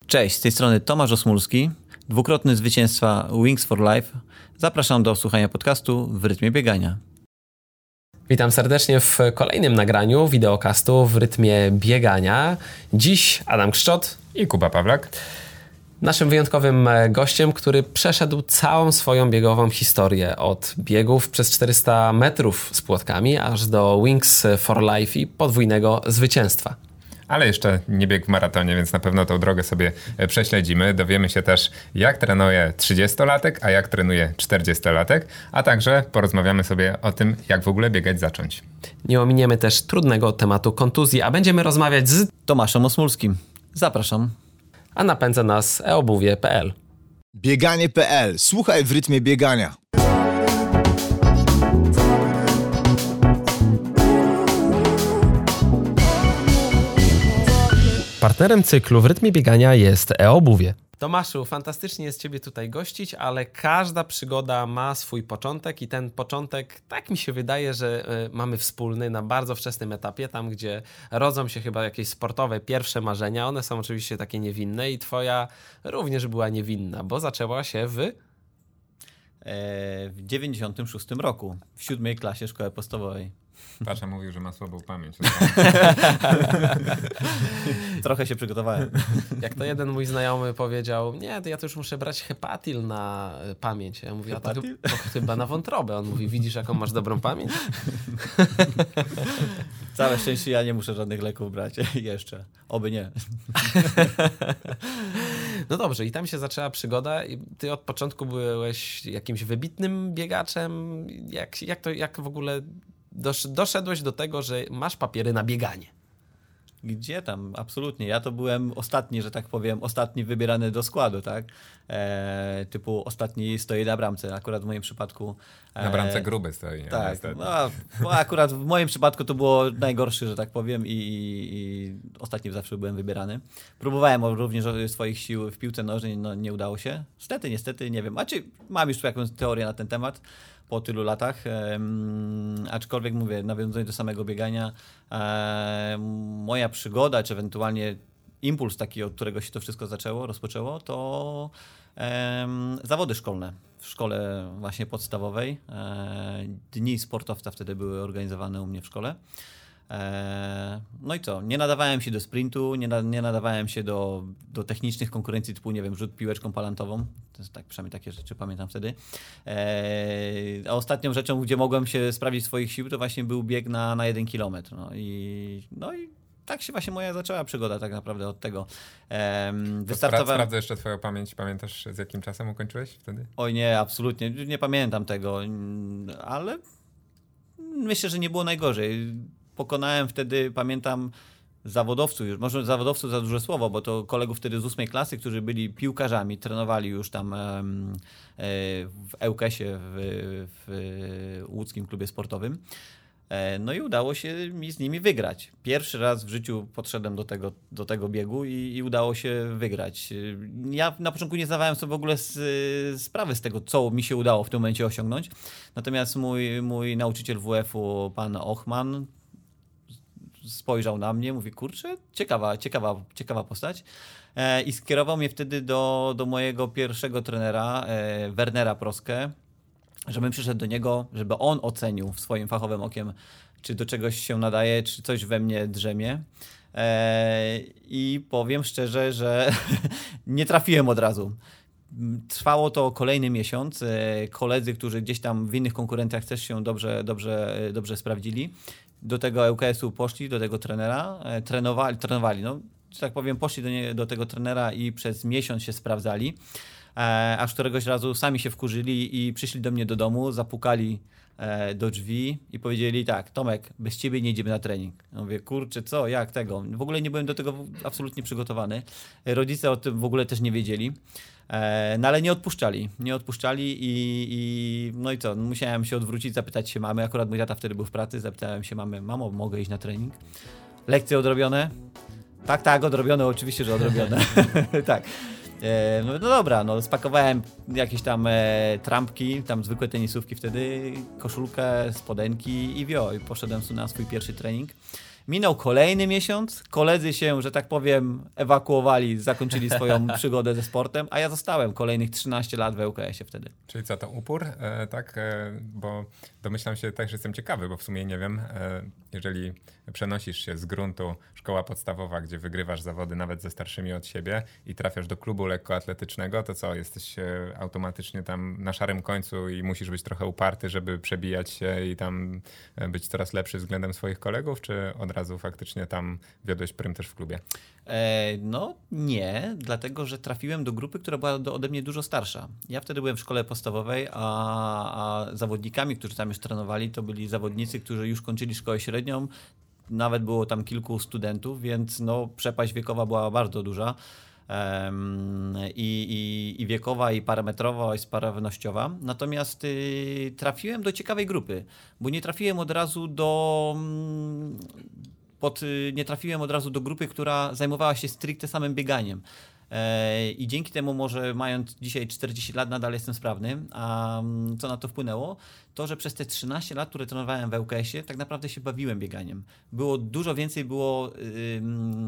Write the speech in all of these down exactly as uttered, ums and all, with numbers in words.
Cześć, z tej strony Tomasz Osmulski, dwukrotny zwycięzca Wings for Life. Zapraszam do słuchania podcastu w rytmie biegania. Witam serdecznie w kolejnym nagraniu wideokastu w rytmie biegania. Dziś Adam Kszczot i Kuba Pawlak. Naszym wyjątkowym gościem, który przeszedł całą swoją biegową historię od biegów przez czterysta metrów z płotkami, aż do Wings for Life i podwójnego zwycięstwa. Ale jeszcze nie biegł w maratonie, więc na pewno tą drogę sobie prześledzimy. Dowiemy się też, jak trenuje trzydziestolatek, a jak trenuje czterdziestolatek, a także porozmawiamy sobie o tym, jak w ogóle biegać zacząć. Nie ominiemy też trudnego tematu kontuzji, a będziemy rozmawiać z Tomaszem Osmulskim. Zapraszam. A napędza nas e obuwie kropka p l. Bieganie kropka p l. Słuchaj w rytmie biegania. Partnerem cyklu w rytmie biegania jest e-obuwie. Tomaszu, fantastycznie jest Ciebie tutaj gościć, ale każda przygoda ma swój początek i ten początek, tak mi się wydaje, że y, mamy wspólny na bardzo wczesnym etapie, tam gdzie rodzą się chyba jakieś sportowe pierwsze marzenia. One są oczywiście takie niewinne i Twoja również była niewinna, bo zaczęła się w... W dziewięćdziesiątym szóstym roku, w siódmej klasie szkoły podstawowej. Pasza mówił, że ma słabą pamięć. Trochę się przygotowałem. Jak to jeden mój znajomy powiedział, nie, to ja to już muszę brać hepatil na pamięć. Ja mówię, a to, to chyba na wątrobę. On mówi, widzisz jaką masz dobrą pamięć? Całe szczęście ja nie muszę żadnych leków brać jeszcze. Oby nie. No dobrze, i tam się zaczęła przygoda i ty od początku byłeś jakimś wybitnym biegaczem. Jak, jak, to, jak w ogóle dosz, doszedłeś do tego, że masz papiery na bieganie? Gdzie tam? Absolutnie. Ja to byłem ostatni, że tak powiem, ostatni wybierany do składu, tak? E, typu ostatni stoi na bramce. Akurat w moim przypadku... E, na bramce gruby stoi. Nie? Tak. No, no, akurat w moim przypadku to było najgorsze, że tak powiem i, i, i ostatni zawsze byłem wybierany. Próbowałem również swoich sił w piłce nożnej, no nie udało się. Niestety, niestety, nie wiem. A czy mam już tu jakąś teorię na ten temat po tylu latach, um, aczkolwiek mówię, nawiązując do samego biegania, um, moja przygoda, czy ewentualnie impuls taki, od którego się to wszystko zaczęło, rozpoczęło, to um, zawody szkolne. W szkole właśnie podstawowej. E, dni sportowca wtedy były organizowane u mnie w szkole. E, no i co? Nie nadawałem się do sprintu, nie, na, nie nadawałem się do, do technicznych konkurencji typu, nie wiem, rzut piłeczką palantową. To jest tak, przynajmniej takie rzeczy pamiętam wtedy. E, a ostatnią rzeczą, gdzie mogłem się sprawdzić swoich sił, to właśnie był bieg na, na jeden kilometr. No i, no i tak się właśnie moja zaczęła przygoda tak naprawdę od tego. Um, wystartowałem... Sprawdzę jeszcze twoją pamięć. Pamiętasz, z jakim czasem ukończyłeś wtedy? Oj nie, absolutnie. Nie pamiętam tego, ale myślę, że nie było najgorzej. Pokonałem wtedy, pamiętam, zawodowców już. Może zawodowców za duże słowo, bo to kolegów wtedy z ósmej klasy, którzy byli piłkarzami, trenowali już tam um, w Ełkesie, w, w łódzkim klubie sportowym. No i udało się mi z nimi wygrać. Pierwszy raz w życiu podszedłem do tego, do tego biegu i, i udało się wygrać. Ja na początku nie zdawałem sobie w ogóle z, sprawy z tego, co mi się udało w tym momencie osiągnąć. Natomiast mój, mój nauczyciel W F-u, pan Ochman, spojrzał na mnie, mówi, kurczę, ciekawa, ciekawa, ciekawa postać. E, I skierował mnie wtedy do, do mojego pierwszego trenera, e, Wernera Proskę, żebym przyszedł do niego, żeby on ocenił swoim fachowym okiem, czy do czegoś się nadaje, czy coś we mnie drzemie. Eee, I powiem szczerze, że nie trafiłem od razu. Trwało to kolejny miesiąc. Eee, koledzy, którzy gdzieś tam w innych konkurencjach też się dobrze, dobrze, dobrze sprawdzili, do tego E Ł K S-u poszli, do tego trenera, eee, trenowali, trenowali no, że tak powiem, poszli do, nie, do tego trenera i przez miesiąc się sprawdzali. E, aż któregoś razu sami się wkurzyli i przyszli do mnie do domu, zapukali e, do drzwi i powiedzieli tak, Tomek, bez ciebie nie idziemy na trening. Ja mówię, kurczę, co, jak tego? W ogóle nie byłem do tego absolutnie przygotowany. Rodzice o tym w ogóle też nie wiedzieli. E, no ale nie odpuszczali, nie odpuszczali i, i no i co, musiałem się odwrócić, zapytać się mamy, akurat mój tata wtedy był w pracy, zapytałem się mamy, mamo, mogę iść na trening? Lekcje odrobione? Tak, tak, odrobione, oczywiście, że odrobione. Tak. E, no, no dobra, no spakowałem jakieś tam e, trampki, tam zwykłe tenisówki wtedy, koszulkę, spodenki i wio, i poszedłem na swój pierwszy trening. Minął kolejny miesiąc, koledzy się, że tak powiem, ewakuowali, zakończyli swoją przygodę ze sportem, a ja zostałem kolejnych trzynaście lat w ŁKS ie wtedy. Czyli co, to upór, e, tak? E, bo domyślam się też, że jestem ciekawy, bo w sumie nie wiem, e, jeżeli przenosisz się z gruntu szkoła podstawowa, gdzie wygrywasz zawody nawet ze starszymi od siebie i trafiasz do klubu lekkoatletycznego, to co, jesteś e, automatycznie tam na szarym końcu i musisz być trochę uparty, żeby przebijać się i tam e, być coraz lepszy względem swoich kolegów, czy od razu faktycznie tam wiodłeś prym też w klubie? E, no nie, dlatego że trafiłem do grupy, która była do, ode mnie dużo starsza. Ja wtedy byłem w szkole podstawowej, a, a zawodnikami, którzy tam już trenowali, to byli zawodnicy, którzy już kończyli szkołę średnią. Nawet było tam kilku studentów, więc no, przepaść wiekowa była bardzo duża. Um, i, i, i wiekowa, i parametrowa, i sprawnościowa. Natomiast y, trafiłem do ciekawej grupy, bo nie trafiłem od razu do... Mm, pod, y, nie trafiłem od razu do grupy, która zajmowała się stricte samym bieganiem. E, I dzięki temu może mając dzisiaj czterdzieści lat nadal jestem sprawny. A um, co na to wpłynęło? To, że przez te trzynaście lat, które trenowałem w ŁKS ie, tak naprawdę się bawiłem bieganiem. Było dużo więcej było y, y,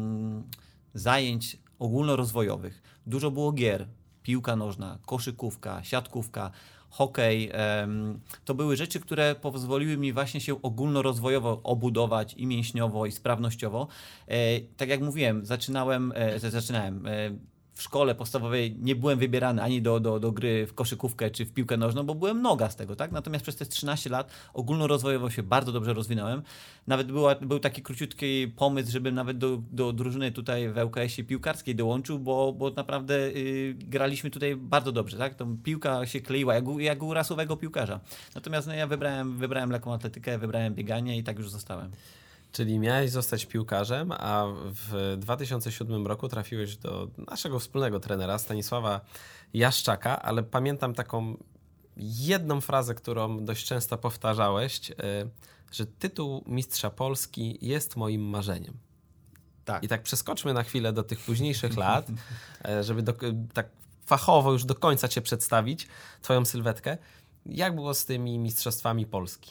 zajęć ogólnorozwojowych. Dużo było gier, piłka nożna, koszykówka, siatkówka, hokej. To były rzeczy, które pozwoliły mi właśnie się ogólnorozwojowo obudować i mięśniowo, i sprawnościowo. Tak jak mówiłem, zaczynałem, zaczynałem w szkole podstawowej nie byłem wybierany ani do, do, do gry w koszykówkę czy w piłkę nożną, bo byłem noga z tego, tak? Natomiast przez te trzynaście lat ogólnorozwojowo się bardzo dobrze rozwinąłem. Nawet była, był taki króciutki pomysł, żebym nawet do, do drużyny tutaj w ŁKS ie piłkarskiej dołączył, bo, bo naprawdę yy, graliśmy tutaj bardzo dobrze, tak? To piłka się kleiła jak u, jak u rasowego piłkarza. Natomiast no, ja wybrałem, wybrałem lekką atletykę, wybrałem bieganie i tak już zostałem. Czyli miałeś zostać piłkarzem, a w dwa tysiące siódmym roku trafiłeś do naszego wspólnego trenera Stanisława Jaszczaka, ale pamiętam taką jedną frazę, którą dość często powtarzałeś, że tytuł mistrza Polski jest moim marzeniem. Tak. I tak przeskoczmy na chwilę do tych późniejszych lat, żeby do, tak fachowo już do końca cię przedstawić, twoją sylwetkę. Jak było z tymi mistrzostwami Polski?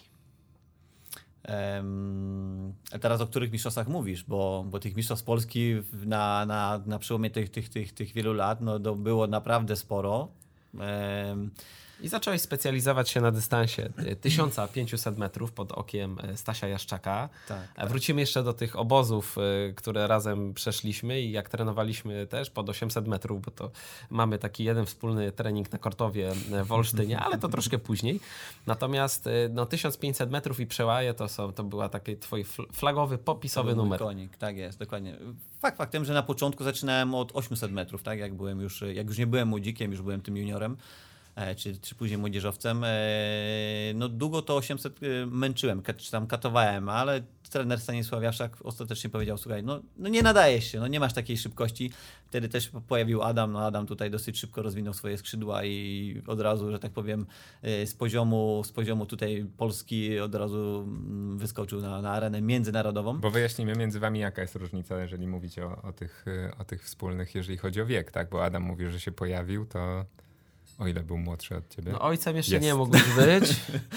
Um, a teraz o których mistrzostwach mówisz? Bo, bo tych mistrzostw Polski na, na, na przełomie tych, tych, tych, tych wielu lat no, to było naprawdę sporo. Um, I zacząłeś specjalizować się na dystansie tysiąc pięćset metrów pod okiem Stasia Jaszczaka. Tak, tak. Wrócimy jeszcze do tych obozów, które razem przeszliśmy i jak trenowaliśmy też pod osiemset metrów, bo to mamy taki jeden wspólny trening na Kortowie w Olsztynie, ale to troszkę później. Natomiast no, tysiąc pięćset metrów i przełaje to, są, to była taki twój flagowy, popisowy numer. Konik, tak jest, dokładnie. Fakt faktem, że na początku zaczynałem od osiemset metrów, tak? Jak byłem już, jak już nie byłem młodzikiem, już byłem tym juniorem. Czy, czy później młodzieżowcem. No długo to osiemset męczyłem, czy tam katowałem, ale trener Stanisław Jaszczak ostatecznie powiedział, słuchaj, no, no nie nadajesz się, no nie masz takiej szybkości. Wtedy też pojawił Adam, no Adam tutaj dosyć szybko rozwinął swoje skrzydła i od razu, że tak powiem, z poziomu, z poziomu tutaj Polski od razu wyskoczył na, na arenę międzynarodową. Bo wyjaśnijmy między wami, jaka jest różnica, jeżeli mówicie o, o, tych, o tych wspólnych, jeżeli chodzi o wiek, tak? Bo Adam mówi, że się pojawił, to o ile był młodszy od ciebie? No ojcem jeszcze jest. nie mógł być,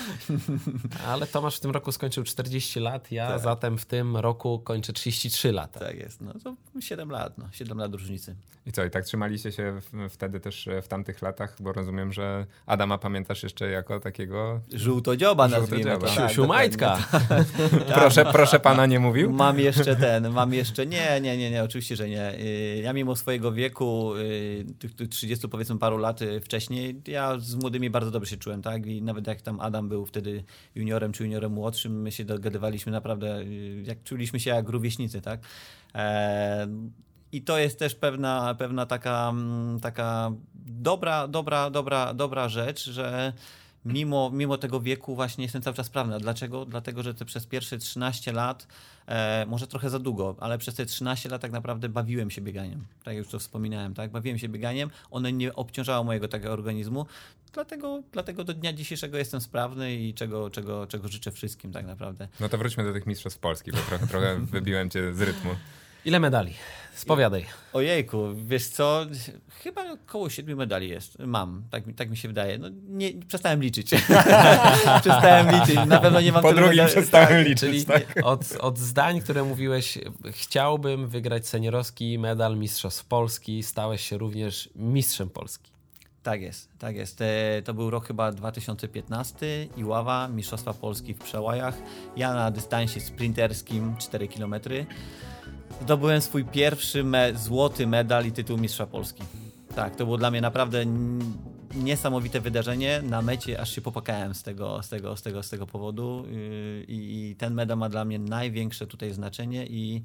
ale Tomasz w tym roku skończył czterdzieści lat, ja tak. zatem w tym roku kończę trzydzieści trzy lata. Tak jest, no to siedem lat, no siedem lat różnicy. I co, i tak trzymaliście się w, wtedy też w tamtych latach, bo rozumiem, że Adama pamiętasz jeszcze jako takiego... Żółtodzioba nazwijmy to. Tak, Siumajtka. proszę, proszę pana nie mówił? Mam jeszcze ten, mam jeszcze... Nie, nie, nie, nie, oczywiście, że nie. Ja mimo swojego wieku, tych, tych trzydziestu powiedzmy paru lat wcześniej, ja z młodymi bardzo dobrze się czułem, tak? I nawet jak tam Adam był wtedy juniorem czy juniorem młodszym, my się dogadywaliśmy naprawdę, jak czuliśmy się jak rówieśnicy, tak? E, I to jest też pewna, pewna taka, taka dobra, dobra, dobra, dobra rzecz, że mimo, mimo tego wieku właśnie jestem cały czas sprawny. Dlaczego? Dlatego, że te przez pierwsze trzynaście lat, e, może trochę za długo, ale przez te trzynaście lat tak naprawdę bawiłem się bieganiem. Tak jak już to wspominałem, tak? Bawiłem się bieganiem, one nie obciążało mojego takiego organizmu, dlatego, dlatego do dnia dzisiejszego jestem sprawny i czego, czego, czego życzę wszystkim tak naprawdę. No to wróćmy do tych mistrzostw Polski, bo trochę, trochę wybiłem cię z rytmu. Ile medali? Spowiadaj. Ojejku, wiesz co, chyba około siedmiu medali jest. Mam, tak, mi- tak mi się wydaje. No, nie, przestałem liczyć. przestałem liczyć. Na pewno nie mam Po tylu drugim medali- przestałem tak, liczyć, czyli tak? Od, od zdań, które mówiłeś, chciałbym wygrać seniorowski medal Mistrzostw Polski, stałeś się również mistrzem Polski. Tak jest, tak jest. E, To był rok chyba dwa tysiące piętnasty, Iława, Mistrzostwa Polski w Przełajach. Ja na dystansie sprinterskim cztery kilometry. Zdobyłem swój pierwszy me- złoty medal i tytuł mistrza Polski. Tak, to było dla mnie naprawdę n- niesamowite wydarzenie. Na mecie aż się popłakałem z tego, z tego, z tego, z tego powodu Yy, i, i ten medal ma dla mnie największe tutaj znaczenie i,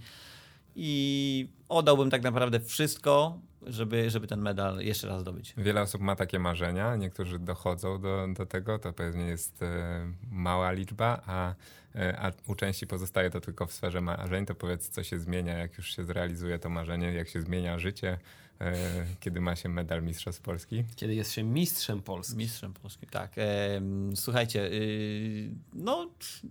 i oddałbym tak naprawdę wszystko, żeby, żeby ten medal jeszcze raz zdobyć. Wiele osób ma takie marzenia, niektórzy dochodzą do, do tego, to pewnie jest e, mała liczba, a, e, a u części pozostaje to tylko w sferze marzeń. To powiedz, co się zmienia, jak już się zrealizuje to marzenie, jak się zmienia życie, e, kiedy ma się medal Mistrzostw Polski. Kiedy jest się mistrzem Polski. Mistrzem Polski, tak. Em, słuchajcie, yy, no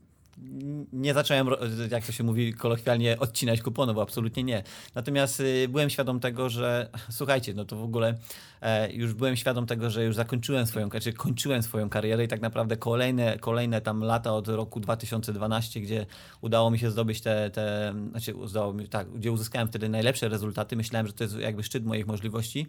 nie zacząłem, ro- jak to się mówi kolokwialnie, odcinać kuponów, absolutnie nie. Natomiast y, byłem świadom tego, że słuchajcie, no to w ogóle e, już byłem świadom tego, że już zakończyłem swoją, znaczy kończyłem swoją karierę i tak naprawdę kolejne, kolejne tam lata od roku dwa tysiące dwunastego, gdzie udało mi się zdobyć te, te znaczy udało mi, tak, gdzie uzyskałem wtedy najlepsze rezultaty. Myślałem, że to jest jakby szczyt moich możliwości.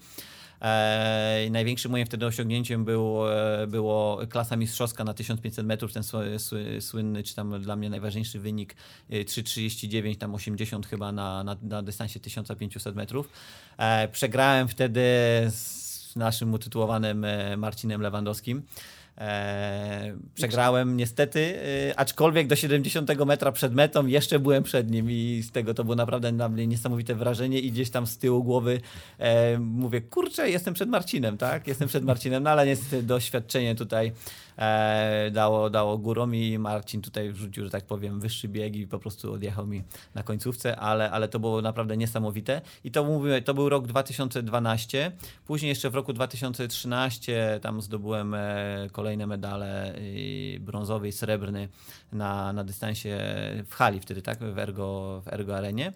E, największym moim wtedy osiągnięciem był, e, było klasa mistrzowska na tysiąc pięćset metrów, ten sły, sły, słynny, czy tam dla mnie najważniejszy wynik e, trzy trzydzieści dziewięć, tam osiemdziesiąt chyba na, na, na dystansie tysiąc pięćset metrów. E, przegrałem wtedy z naszym utytułowanym e, Marcinem Lewandowskim. E, przegrałem niestety, e, aczkolwiek do siedemdziesiątego metra przed metą jeszcze byłem przed nim i z tego to było naprawdę dla mnie niesamowite wrażenie i gdzieś tam z tyłu głowy e, mówię, kurczę, jestem przed Marcinem, tak? Jestem przed Marcinem, no ale niestety doświadczenie tutaj e, dało, dało górą i Marcin tutaj wrzucił, że tak powiem, wyższy bieg i po prostu odjechał mi na końcówce, ale, ale to było naprawdę niesamowite i to mówię, to był rok dwa tysiące dwunasty, później jeszcze w roku dwa tysiące trzynastym tam zdobyłem e, kolejne medale y, brązowy i srebrny na, na dystansie w hali wtedy, tak? W Ergo, w Ergo Arenie.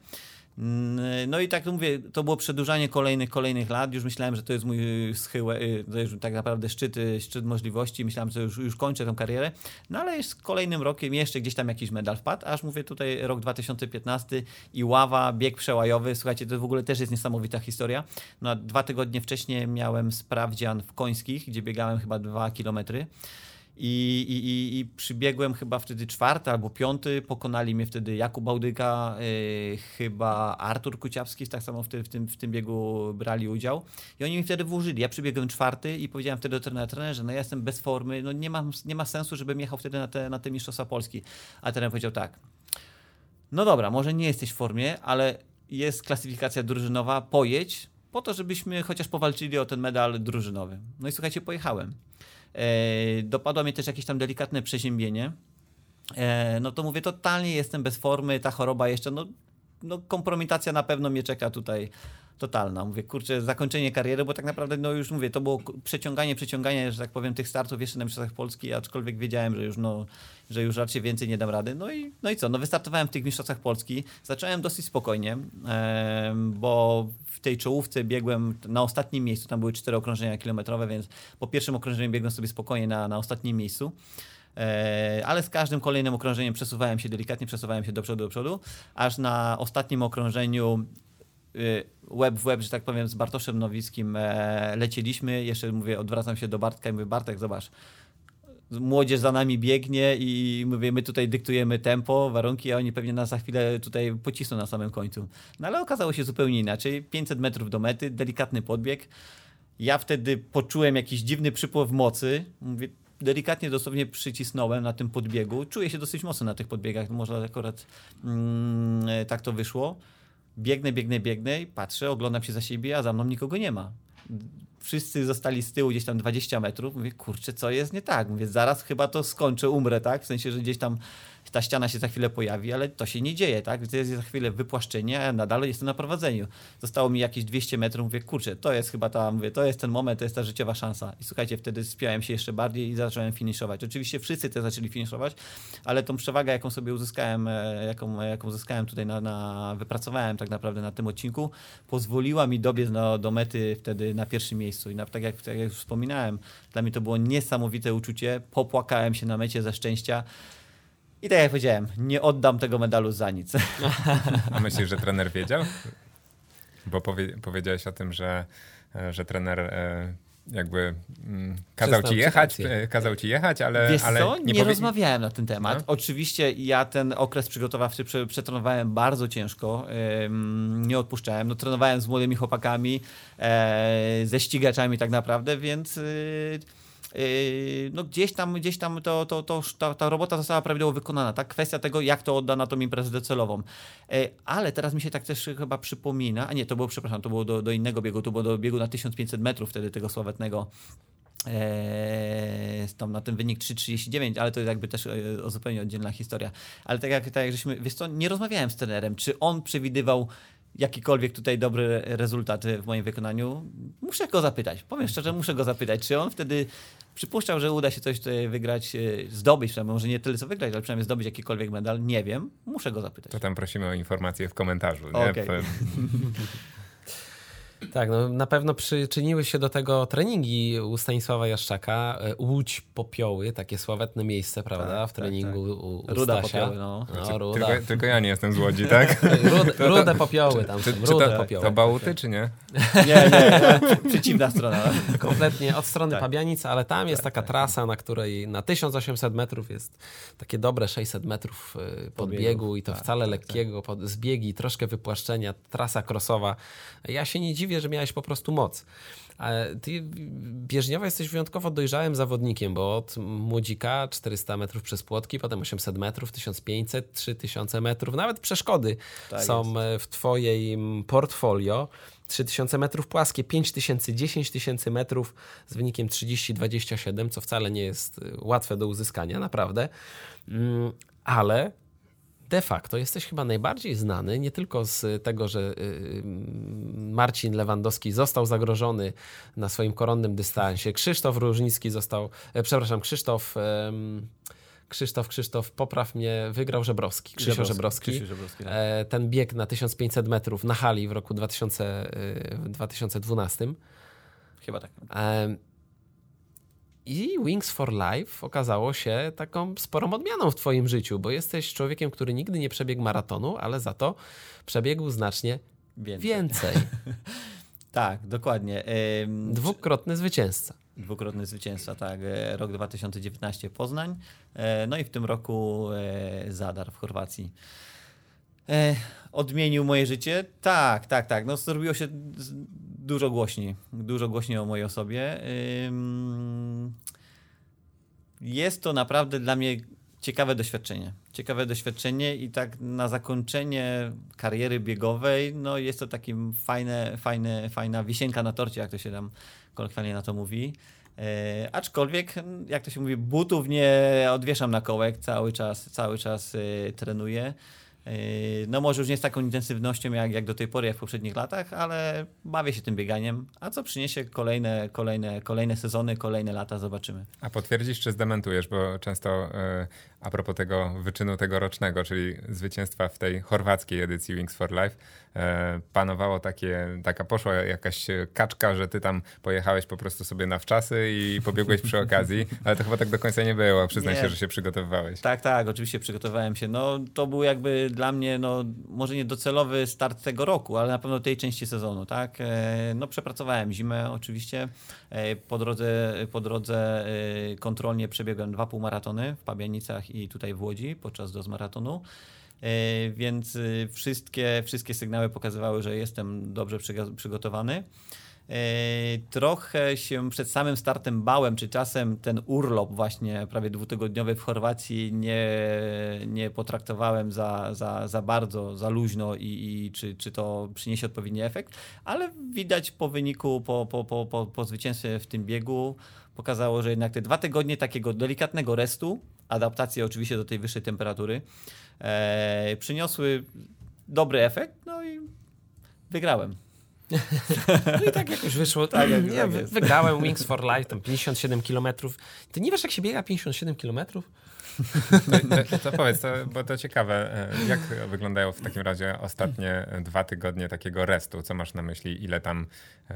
No i tak mówię, to było przedłużanie kolejnych, kolejnych lat. Już myślałem, że to jest mój schył, to jest tak naprawdę szczyt, szczyt możliwości. Myślałem, że już, już kończę tę karierę. No ale z kolejnym rokiem jeszcze gdzieś tam jakiś medal wpadł. Aż mówię tutaj rok dwa tysiące piętnasty i Ława, bieg przełajowy. Słuchajcie, to w ogóle też jest niesamowita historia. No, dwa tygodnie wcześniej miałem sprawdzian w Końskich, gdzie biegałem chyba dwa kilometry. I, i, i, I przybiegłem chyba wtedy czwarty albo piąty, pokonali mnie wtedy Jakub Bałdyka, yy, chyba Artur Kuciawski, tak samo w, ty, w, tym, w tym biegu brali udział i oni mi wtedy włożyli. Ja przybiegłem czwarty i powiedziałem wtedy do trenera, trenerze, no ja jestem bez formy, no nie, mam, nie ma sensu, żebym jechał wtedy na te, na te Mistrzostwa Polski. A trener powiedział tak, no dobra, może nie jesteś w formie, ale jest klasyfikacja drużynowa, pojedź po to, żebyśmy chociaż powalczyli o ten medal drużynowy. No i słuchajcie, pojechałem. E, dopadło mnie też jakieś tam delikatne przeziębienie. E, no to mówię, totalnie jestem bez formy, ta choroba jeszcze, no, no kompromitacja na pewno mnie czeka tutaj totalna. Mówię, kurczę, zakończenie kariery, bo tak naprawdę, no już mówię, to było przeciąganie, przeciąganie, że tak powiem, tych startów jeszcze na Mistrzostwach Polski, aczkolwiek wiedziałem, że już, no, że już raczej więcej nie dam rady. No i, no i co, no wystartowałem w tych Mistrzostwach Polski, zacząłem dosyć spokojnie, e, bo w tej czołówce biegłem na ostatnim miejscu, tam były cztery okrążenia kilometrowe, więc po pierwszym okrążeniu biegłem sobie spokojnie na, na ostatnim miejscu. Ale z każdym kolejnym okrążeniem przesuwałem się delikatnie, przesuwałem się do przodu, do przodu, aż na ostatnim okrążeniu łeb w łeb, że tak powiem, z Bartoszem Nowickim lecieliśmy. Jeszcze mówię, odwracam się do Bartka i mówię, Bartek, zobacz, młodzież za nami biegnie i mówię, my tutaj dyktujemy tempo, warunki, a oni pewnie nas za chwilę tutaj pocisną na samym końcu. No ale okazało się zupełnie inaczej. pięćset metrów do mety, delikatny podbieg. Ja wtedy poczułem jakiś dziwny przypływ mocy. Mówię, delikatnie dosłownie przycisnąłem na tym podbiegu. Czuję się dosyć mocno na tych podbiegach, może akurat mm, tak to wyszło. Biegnę, biegnę, biegnę i patrzę, oglądam się za siebie, a za mną nikogo nie ma. wszyscy zostali z tyłu gdzieś tam dwadzieścia metrów. Mówię, kurczę, co jest nie tak? Mówię, zaraz chyba to skończę, umrę, tak? W sensie, że gdzieś tam ta ściana się za chwilę pojawi, ale to się nie dzieje, tak? To jest za chwilę wypłaszczenie, a nadal jestem na prowadzeniu. Zostało mi jakieś dwieście metrów, mówię, kurczę, to jest chyba ta, mówię, to jest ten moment, to jest ta życiowa szansa. I słuchajcie, wtedy spiąłem się jeszcze bardziej i zacząłem finiszować. Oczywiście wszyscy te zaczęli finiszować, ale tą przewagę, jaką sobie uzyskałem, jaką, jaką uzyskałem tutaj, na, na, wypracowałem tak naprawdę na tym odcinku, pozwoliła mi dobiec no, do mety wtedy na pierwszym miejscu. I na, tak, jak, tak jak już wspominałem, dla mnie to było niesamowite uczucie. Popłakałem się na mecie ze szczęścia. I tak jak powiedziałem, nie oddam tego medalu za nic. A myślisz, że trener wiedział? Bo powie, powiedziałeś o tym, że, że trener e, jakby mm, kazał ci jechać, e, kazał ci jechać, ale, Wiesz ale co? nie, nie powie... rozmawiałem na ten temat. No. Oczywiście ja ten okres przygotowawczy prze, przetrenowałem bardzo ciężko. Ym, nie odpuszczałem. No, trenowałem z młodymi chłopakami, e, ze ścigaczami tak naprawdę, więc... Y, no gdzieś tam, gdzieś tam to, to, to, ta, ta robota została prawidłowo wykonana. Tak, kwestia tego, jak to odda na tą imprezę docelową. Ale teraz mi się tak też chyba przypomina, a nie, to było, przepraszam, to było do, do innego biegu, to było do biegu na tysiąc pięćset metrów wtedy tego sławetnego. Eee, tam na ten wynik trzy trzydzieści dziewięć, ale to jest jakby też e, zupełnie oddzielna historia. Ale tak jak, tak jak żeśmy, wiesz co, nie rozmawiałem z trenerem, czy on przewidywał jakikolwiek tutaj dobry rezultat w moim wykonaniu. Muszę go zapytać. Powiem szczerze, muszę go zapytać, czy on wtedy przypuszczał, że uda się coś tutaj wygrać, zdobyć, przynajmniej może nie tyle co wygrać, ale przynajmniej zdobyć jakikolwiek medal. Nie wiem. Muszę go zapytać. To tam prosimy o informacje w komentarzu. Nie? Okay. Tak, no na pewno przyczyniły się do tego treningi u Stanisława Jaszczaka. Łódź Popioły, takie sławetne miejsce, prawda, tak, w treningu tak, tak. u, u Ruda Stasia. Popioły, no. no Znaczy, ruda. tylko, tylko ja nie jestem z Łodzi, tak? Rude, rude Popioły tam są, Czy, czy rude to, Popioły. to Bałuty, czy nie? Nie, nie, przeciwna strona. Kompletnie od strony Tak. Pabianic, ale tam jest Tak, taka tak. trasa, na której na tysiąc osiemset metrów jest takie dobre sześćset metrów y, podbiegu i to tak, wcale tak, lekkiego, pod, zbiegi, troszkę wypłaszczenia, trasa crossowa. Ja się nie dziwię, że miałeś po prostu moc. Ale ty, Bieżniowa, jesteś wyjątkowo dojrzałym zawodnikiem, bo od młodzika czterysta metrów przez płotki, potem osiemset metrów, tysiąc pięćset, trzy tysiące metrów, nawet przeszkody Tak są jest. w twojej portfolio. trzy tysiące metrów płaskie, pięć tysięcy, dziesięć tysięcy metrów z wynikiem trzydzieści dwadzieścia siedem, co wcale nie jest łatwe do uzyskania, naprawdę. Ale de facto jesteś chyba najbardziej znany nie tylko z tego, że Marcin Lewandowski został zagrożony na swoim koronnym dystansie, Krzysztof Różnicki został, przepraszam, Krzysztof... Krzysztof, Krzysztof, popraw mnie, wygrał Żebrowski, Krzysio Żebrowski. Krzysiu Żebrowski, tak. Ten bieg na tysiąc pięćset metrów na hali w roku dwa tysiące dwunastym. Chyba tak. I Wings for Life okazało się taką sporą odmianą w twoim życiu, bo jesteś człowiekiem, który nigdy nie przebiegł maratonu, ale za to przebiegł znacznie Więcej. więcej. Tak, dokładnie. Ym, Dwukrotny zwycięzca. Dwukrotny zwycięzca, tak. E, Rok dwa tysiące dziewiętnaście Poznań, e, no i w tym roku e, Zadar w Chorwacji. E, odmienił moje życie? Tak, tak, tak. No zrobiło się z- dużo głośniej. Dużo głośniej o mojej osobie. Ym, jest to naprawdę dla mnie ciekawe doświadczenie. Ciekawe doświadczenie i tak na zakończenie kariery biegowej, no jest to takim fajne, fajne, fajna wisienka na torcie, jak to się tam kolokwialnie na to mówi. E, aczkolwiek, jak to się mówi, butów nie odwieszam na kołek, cały czas, cały czas e, trenuję. E, no może już nie z taką intensywnością jak, jak do tej pory, jak w poprzednich latach, ale bawię się tym bieganiem. A co przyniesie kolejne, kolejne, kolejne sezony, kolejne lata, zobaczymy. A potwierdzisz czy zdementujesz, bo często e, a propos tego wyczynu tegorocznego, czyli zwycięstwa w tej chorwackiej edycji Wings for Life, e, panowało takie, taka poszła jakaś kaczka, że ty tam pojechałeś po prostu sobie na wczasy i pobiegłeś przy okazji, ale to chyba tak do końca nie było. Przyznaj Nie. się, że się przygotowywałeś. Tak, tak, oczywiście przygotowałem się. No to był jakby dla mnie, no może nie docelowy start tego roku, ale na pewno tej części sezonu, tak. E, no przepracowałem zimę oczywiście. E, po drodze, po drodze e, kontrolnie przebiegłem dwa półmaratony w Pabianicach i tutaj w Łodzi podczas doz maratonu. E, więc e, wszystkie, wszystkie sygnały pokazywały, że jestem dobrze przyga- przygotowany. Trochę się przed samym startem bałem, czy czasem ten urlop właśnie prawie dwutygodniowy w Chorwacji nie, nie potraktowałem za, za, za bardzo, za luźno i, i czy, czy to przyniesie odpowiedni efekt, ale widać po wyniku, po, po, po, po, po zwycięstwie w tym biegu pokazało, że jednak te dwa tygodnie takiego delikatnego restu, adaptacji oczywiście do tej wyższej temperatury, e, przyniosły dobry efekt, no i wygrałem. No i tak jakoś wyszło. Tak, jak, ja tak jest. Wygrałem Wings for Life, tam pięćdziesiąt siedem kilometrów. Ty nie wiesz, jak się biega pięćdziesiąt siedem kilometrów? To, to, to powiedz, to, bo to ciekawe, jak wyglądają w takim razie ostatnie dwa tygodnie takiego restu? Co masz na myśli? Ile tam,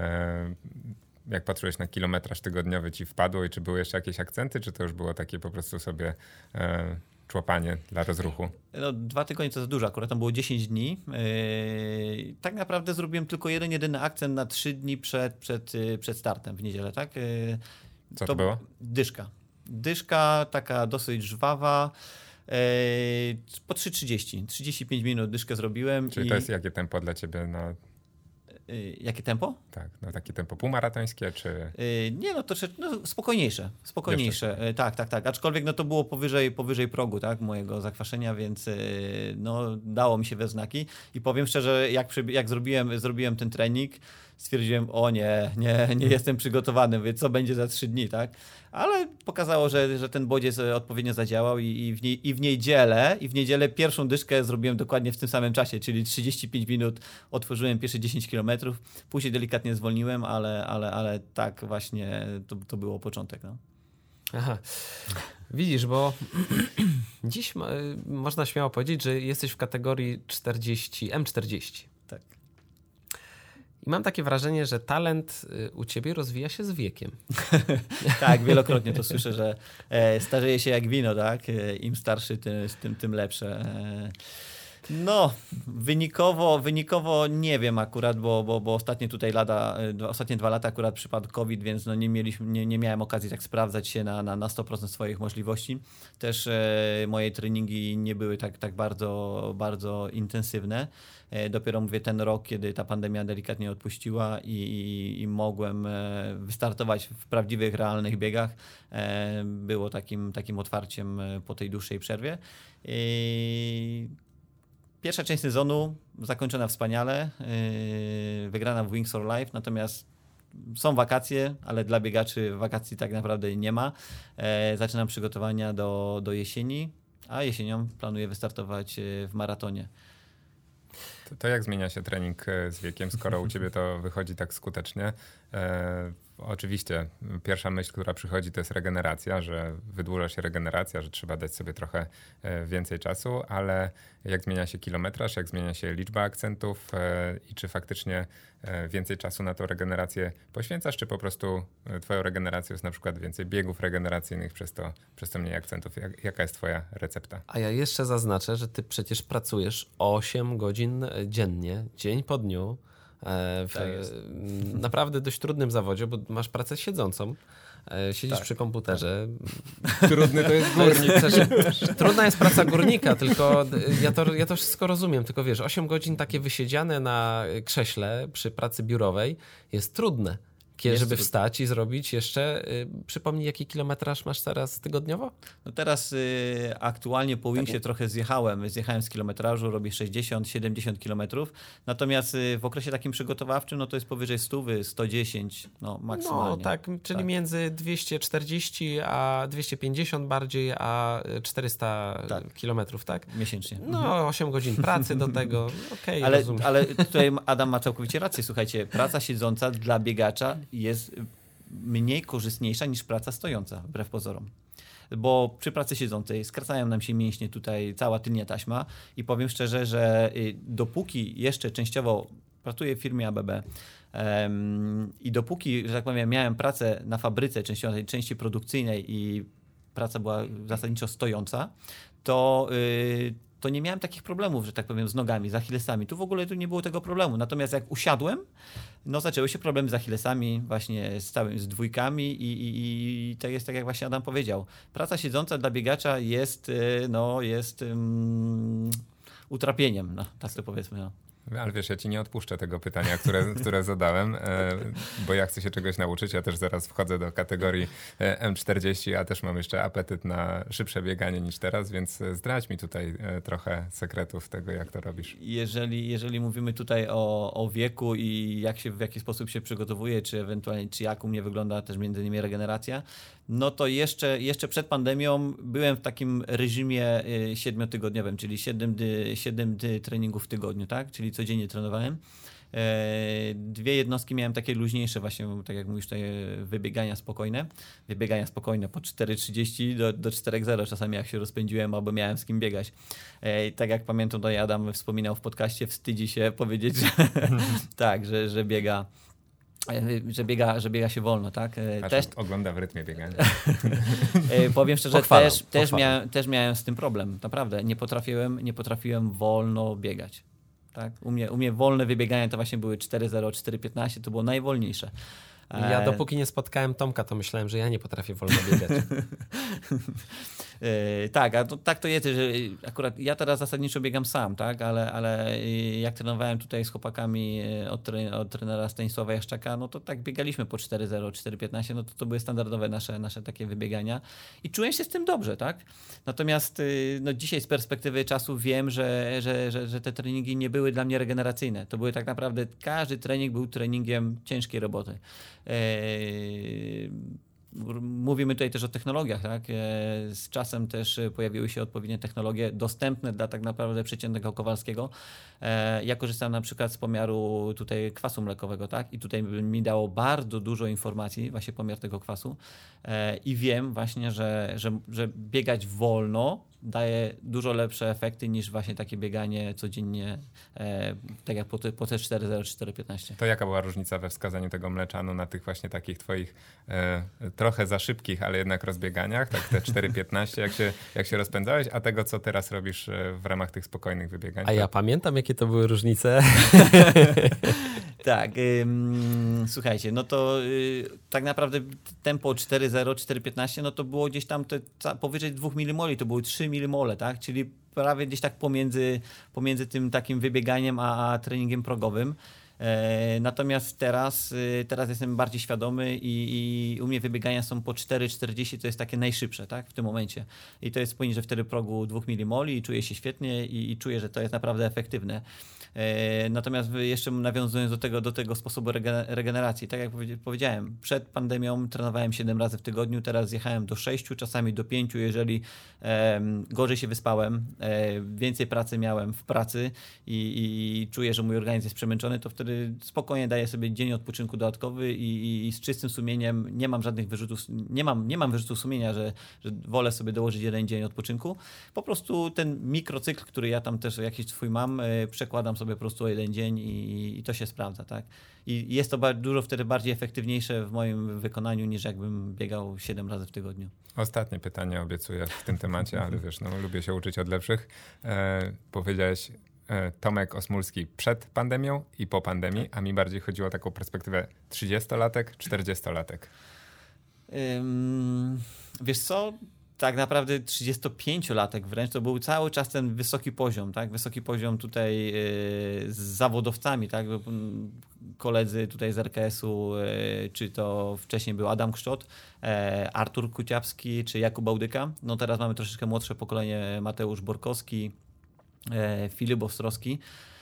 jak patrzyłeś na kilometraż tygodniowy, ci wpadło i czy były jeszcze jakieś akcenty, czy to już było takie po prostu sobie człapanie dla rozruchu? No, dwa tygodnie to za dużo, akurat tam było dziesięć dni. Yy, tak naprawdę zrobiłem tylko jeden, jedyny akcent na trzy dni przed, przed, przed startem w niedzielę, tak? Yy, Co to, to było? Dyszka. Dyszka taka dosyć żwawa. Yy, po trzy trzydzieści. trzydzieści pięć minut dyszkę zrobiłem. Czyli i... to jest jakie tempo dla ciebie? No... Yy, jakie tempo? Tak, no takie tempo półmaratońskie, czy... Yy, nie, no to no, spokojniejsze. Spokojniejsze. Yy, tak, tak, tak. Aczkolwiek no to było powyżej, powyżej progu, tak, mojego zakwaszenia, więc yy, no dało mi się we znaki. I powiem szczerze, jak, przy, jak zrobiłem, zrobiłem ten trening, stwierdziłem, o nie, nie, nie jestem przygotowany, mówię, co będzie za trzy dni, tak? Ale pokazało, że, że ten bodziec odpowiednio zadziałał i, i, w nie, i w niedzielę, i w niedzielę pierwszą dyszkę zrobiłem dokładnie w tym samym czasie, czyli trzydzieści pięć minut otworzyłem pierwsze dziesięć kilometrów, później delikatnie zwolniłem, ale, ale, ale tak właśnie to, to było początek. No. Aha. Widzisz, bo dziś ma, można śmiało powiedzieć, że jesteś w kategorii czterdzieści, M czterdzieści. Tak. I mam takie wrażenie, że talent u ciebie rozwija się z wiekiem. Tak, wielokrotnie to słyszę, że e, starzeje się jak wino, tak? E, im starszy, tym, tym, tym lepsze. E, no, wynikowo, wynikowo nie wiem akurat, bo, bo, bo ostatnie tutaj lata, ostatnie dwa lata akurat przypadł COVID, więc no nie, mieliśmy, nie, nie miałem okazji tak sprawdzać się na, na, na sto procent swoich możliwości. Też e, moje treningi nie były tak, tak bardzo, bardzo intensywne. E, dopiero mówię ten rok, kiedy ta pandemia delikatnie odpuściła i, i, i mogłem e, wystartować w prawdziwych, realnych biegach. E, było takim, takim otwarciem po tej dłuższej przerwie. I pierwsza część sezonu zakończona wspaniale, yy, wygrana w Wings for Life, natomiast są wakacje, ale dla biegaczy wakacji tak naprawdę nie ma. E, zaczynam przygotowania do, do jesieni, a jesienią planuję wystartować w maratonie. To, to jak zmienia się trening z wiekiem, skoro u ciebie to wychodzi tak skutecznie? E, oczywiście pierwsza myśl, która przychodzi, to jest regeneracja, że wydłuża się regeneracja, że trzeba dać sobie trochę e, więcej czasu, ale jak zmienia się kilometraż, jak zmienia się liczba akcentów e, i czy faktycznie e, więcej czasu na tą regenerację poświęcasz, czy po prostu e, twoją regeneracją jest na przykład więcej biegów regeneracyjnych, przez to, przez to mniej akcentów? Jak, jaka jest twoja recepta? A ja jeszcze zaznaczę, że ty przecież pracujesz osiem godzin dziennie, dzień po dniu, w tak naprawdę dość trudnym zawodzie, bo masz pracę siedzącą. Siedzisz tak, przy komputerze. Tak. Trudny to jest górnik. Trudna jest praca górnika, tylko ja to, ja to wszystko rozumiem, tylko wiesz, osiem godzin takie wysiedziane na krześle przy pracy biurowej jest trudne. Kiedy, żeby wstać i zrobić jeszcze, y, przypomnij, jaki kilometraż masz teraz tygodniowo? No teraz y, aktualnie po Wingsie tak. trochę zjechałem. Zjechałem z kilometrażu, robię sześćdziesiąt siedemdziesiąt kilometrów. Natomiast y, w okresie takim przygotowawczym, no to jest powięcej stu, sto dziesięć, no maksymalnie. No tak, czyli tak. między dwieście czterdzieści a dwieście pięćdziesiąt bardziej, a czterysta tak. kilometrów, tak? Miesięcznie. No mhm. osiem godzin pracy do tego, okej, okay, ale, rozumiem. ale tutaj Adam ma całkowicie rację, słuchajcie, praca siedząca dla biegacza jest mniej korzystniejsza niż praca stojąca, wbrew pozorom. Bo przy pracy siedzącej skracają nam się mięśnie, tutaj cała tylnia taśma i powiem szczerze, że dopóki jeszcze częściowo pracuję w firmie A B B um, i dopóki, że tak powiem, miałem pracę na fabryce częściowo tej części produkcyjnej i praca była zasadniczo stojąca, to yy, to nie miałem takich problemów, że tak powiem, z nogami, z achillesami. Tu w ogóle tu nie było tego problemu. Natomiast jak usiadłem, no zaczęły się problemy z achillesami, właśnie z całym, z dwójkami i, i, i to jest tak, jak właśnie Adam powiedział. Praca siedząca dla biegacza jest, no, jest um, utrapieniem, no, tak to powiedzmy. No. Ale wiesz, ja ci nie odpuszczę tego pytania, które, które zadałem, bo ja chcę się czegoś nauczyć. Ja też zaraz wchodzę do kategorii M czterdzieści, a też mam jeszcze apetyt na szybsze bieganie niż teraz, więc zdradź mi tutaj trochę sekretów tego, jak to robisz. Jeżeli, jeżeli mówimy tutaj o, o wieku i jak się, w jaki sposób się przygotowuje, czy ewentualnie czy jak u mnie wygląda też między innymi regeneracja, no to jeszcze, jeszcze przed pandemią byłem w takim reżimie siedmiotygodniowym, czyli siedem dni, siedem dni treningów w tygodniu, tak? Czyli codziennie trenowałem. Dwie jednostki miałem takie luźniejsze właśnie, tak jak mówisz, te wybiegania spokojne. Wybiegania spokojne po cztery trzydzieści do, do cztery zero czasami jak się rozpędziłem, albo miałem z kim biegać. Tak jak pamiętam, to Adam wspominał w podcaście, wstydzi się powiedzieć, że tak, że, że biega że biega, że biega się wolno, tak? Patrz, też ogląda w rytmie biegania. Powiem szczerze, Pochwalam, też, też, miałem, też miałem z tym problem, naprawdę. Nie potrafiłem, nie potrafiłem wolno biegać. Tak? U mnie, u mnie wolne wybiegania to właśnie były cztery zero, cztery piętnaście, to było najwolniejsze. Ja dopóki nie spotkałem Tomka, to myślałem, że ja nie potrafię wolno biegać. Yy, tak, a to, tak to jest, że akurat ja teraz zasadniczo biegam sam, tak, ale, ale jak trenowałem tutaj z chłopakami od, tre, od trenera Stanisława Jaszczaka, no to tak biegaliśmy po cztery zero, cztery piętnaście, no to to były standardowe nasze, nasze takie wybiegania i czułem się z tym dobrze, tak. Natomiast no, dzisiaj z perspektywy czasu wiem, że, że, że, że te treningi nie były dla mnie regeneracyjne. To były tak naprawdę, każdy trening był treningiem ciężkiej roboty. Yy, Mówimy tutaj też o technologiach, tak? Z czasem też pojawiły się odpowiednie technologie dostępne dla tak naprawdę przeciętnego Kowalskiego. Ja korzystam na przykład z pomiaru tutaj kwasu mlekowego, tak? I tutaj mi dało bardzo dużo informacji, właśnie pomiar tego kwasu i wiem właśnie, że, że, że biegać wolno daje dużo lepsze efekty niż właśnie takie bieganie codziennie, e, tak jak po te, po te cztery zero, cztery piętnaście. To jaka była różnica we wskazaniu tego mleczanu na tych właśnie takich twoich e, trochę za szybkich, ale jednak rozbieganiach, tak te cztery piętnaście, jak się, jak się rozpędzałeś, a tego, co teraz robisz w ramach tych spokojnych wybiegań? A ja pamiętam, jakie to były różnice. Tak, ym, słuchajcie, no to y, tak naprawdę tempo cztery zero, cztery piętnaście, no to było gdzieś tam te, ca, powyżej dwa milimoli, to były trzy milimole, tak, czyli prawie gdzieś tak pomiędzy, pomiędzy tym takim wybieganiem a, a treningiem progowym. E, natomiast teraz, y, teraz jestem bardziej świadomy i, i u mnie wybiegania są po cztery czterdzieści, to jest takie najszybsze, tak, w tym momencie. I to jest poniżej wtedy progu dwa milimoli i czuję się świetnie i, i czuję, że to jest naprawdę efektywne. Natomiast jeszcze nawiązując do tego, do tego sposobu regeneracji, tak jak powiedziałem, przed pandemią trenowałem siedem razy w tygodniu, teraz zjechałem do sześciu, czasami do pięciu, jeżeli e, gorzej się wyspałem, e, więcej pracy miałem w pracy i, i czuję, że mój organizm jest przemęczony, to wtedy spokojnie daję sobie dzień odpoczynku dodatkowy i, i, i z czystym sumieniem nie mam żadnych wyrzutów, nie mam, nie mam wyrzutów sumienia, że, że wolę sobie dołożyć jeden dzień odpoczynku. Po prostu ten mikrocykl, który ja tam też jakiś swój mam, e, przekładam sobie po prostu o jeden dzień i, i to się sprawdza, tak? I jest to dużo wtedy bardziej efektywniejsze w moim wykonaniu niż jakbym biegał siedem razy w tygodniu. Ostatnie pytanie obiecuję w tym temacie, ale wiesz, no lubię się uczyć od lepszych. E, powiedziałeś e, Tomek Osmulski przed pandemią i po pandemii, a mi bardziej chodziło o taką perspektywę trzydziestolatek, czterdziestolatek. Ym, wiesz co? Tak naprawdę trzydziestopięciolatek wręcz, to był cały czas ten wysoki poziom, tak? Wysoki poziom tutaj yy, z zawodowcami, tak? Koledzy tutaj z R K S-u, yy, czy to wcześniej był Adam Kszczot, yy, Artur Kuciapski, czy Jakub Bałdyka. No teraz mamy troszeczkę młodsze pokolenie, Mateusz Borkowski, yy, Filip Ostrowski.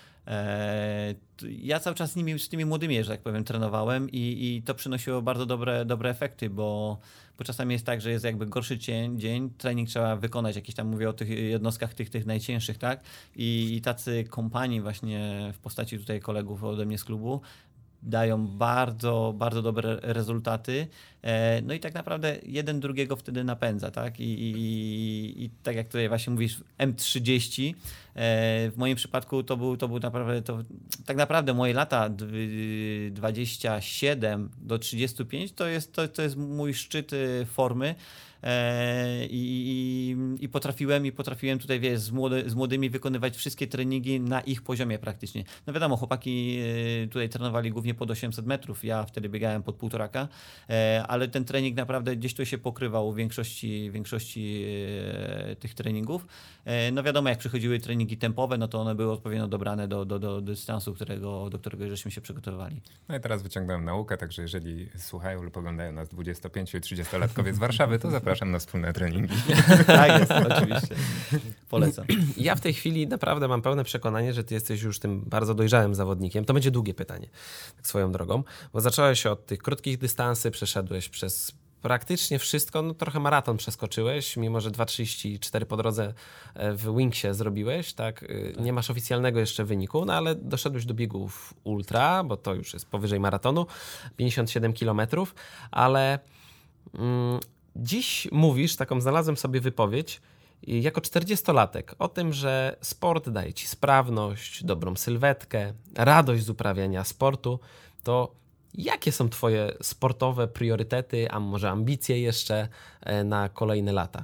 Ja cały czas z nimi, z tymi młodymi, że tak powiem, trenowałem i, i to przynosiło bardzo dobre, dobre efekty, bo, bo czasami jest tak, że jest jakby gorszy dzień, dzień, trening trzeba wykonać, jakieś tam mówię o tych jednostkach tych, tych najcięższych, tak? I, i tacy kompanii właśnie w postaci tutaj kolegów ode mnie z klubu dają bardzo, bardzo dobre rezultaty. No i tak naprawdę jeden drugiego wtedy napędza, tak? I, i, i tak jak tutaj właśnie mówisz, M trzydzieści, w moim przypadku to był, to był naprawdę, to, tak naprawdę moje lata dwadzieścia siedem do trzydziestu pięciu to jest, to, to jest mój szczyt formy. I, i, i potrafiłem i potrafiłem tutaj wiesz, z, młody, z młodymi wykonywać wszystkie treningi na ich poziomie praktycznie. No wiadomo, chłopaki tutaj trenowali głównie pod osiemset metrów, ja wtedy biegałem pod półtoraka, ale ten trening naprawdę gdzieś tu się pokrywał w większości, większości tych treningów. No wiadomo, jak przychodziły treningi treningi tempowe, no to one były odpowiednio dobrane do, do, do dystansu, którego, do którego żeśmy się przygotowywali. No i teraz wyciągnąłem naukę, także jeżeli słuchają lub oglądają nas dwudziesto-pięcio- i trzydziestolatkowie z Warszawy, to zapraszam na wspólne treningi. Tak jest, oczywiście. Polecam. Ja w tej chwili naprawdę mam pełne przekonanie, że ty jesteś już tym bardzo dojrzałym zawodnikiem. To będzie długie pytanie, tak swoją drogą, bo zacząłeś od tych krótkich dystansy, przeszedłeś przez praktycznie wszystko, no trochę maraton przeskoczyłeś, mimo że dwa trzydzieści cztery po drodze w Wingsie zrobiłeś, tak? Nie masz oficjalnego jeszcze wyniku, no ale doszedłeś do biegów ultra, bo to już jest powyżej maratonu, pięćdziesiąt siedem kilometrów, ale mm, dziś mówisz, taką znalazłem sobie wypowiedź, jako czterdziestolatek o tym, że sport daje ci sprawność, dobrą sylwetkę, radość z uprawiania sportu, to jakie są twoje sportowe priorytety, a może ambicje jeszcze na kolejne lata?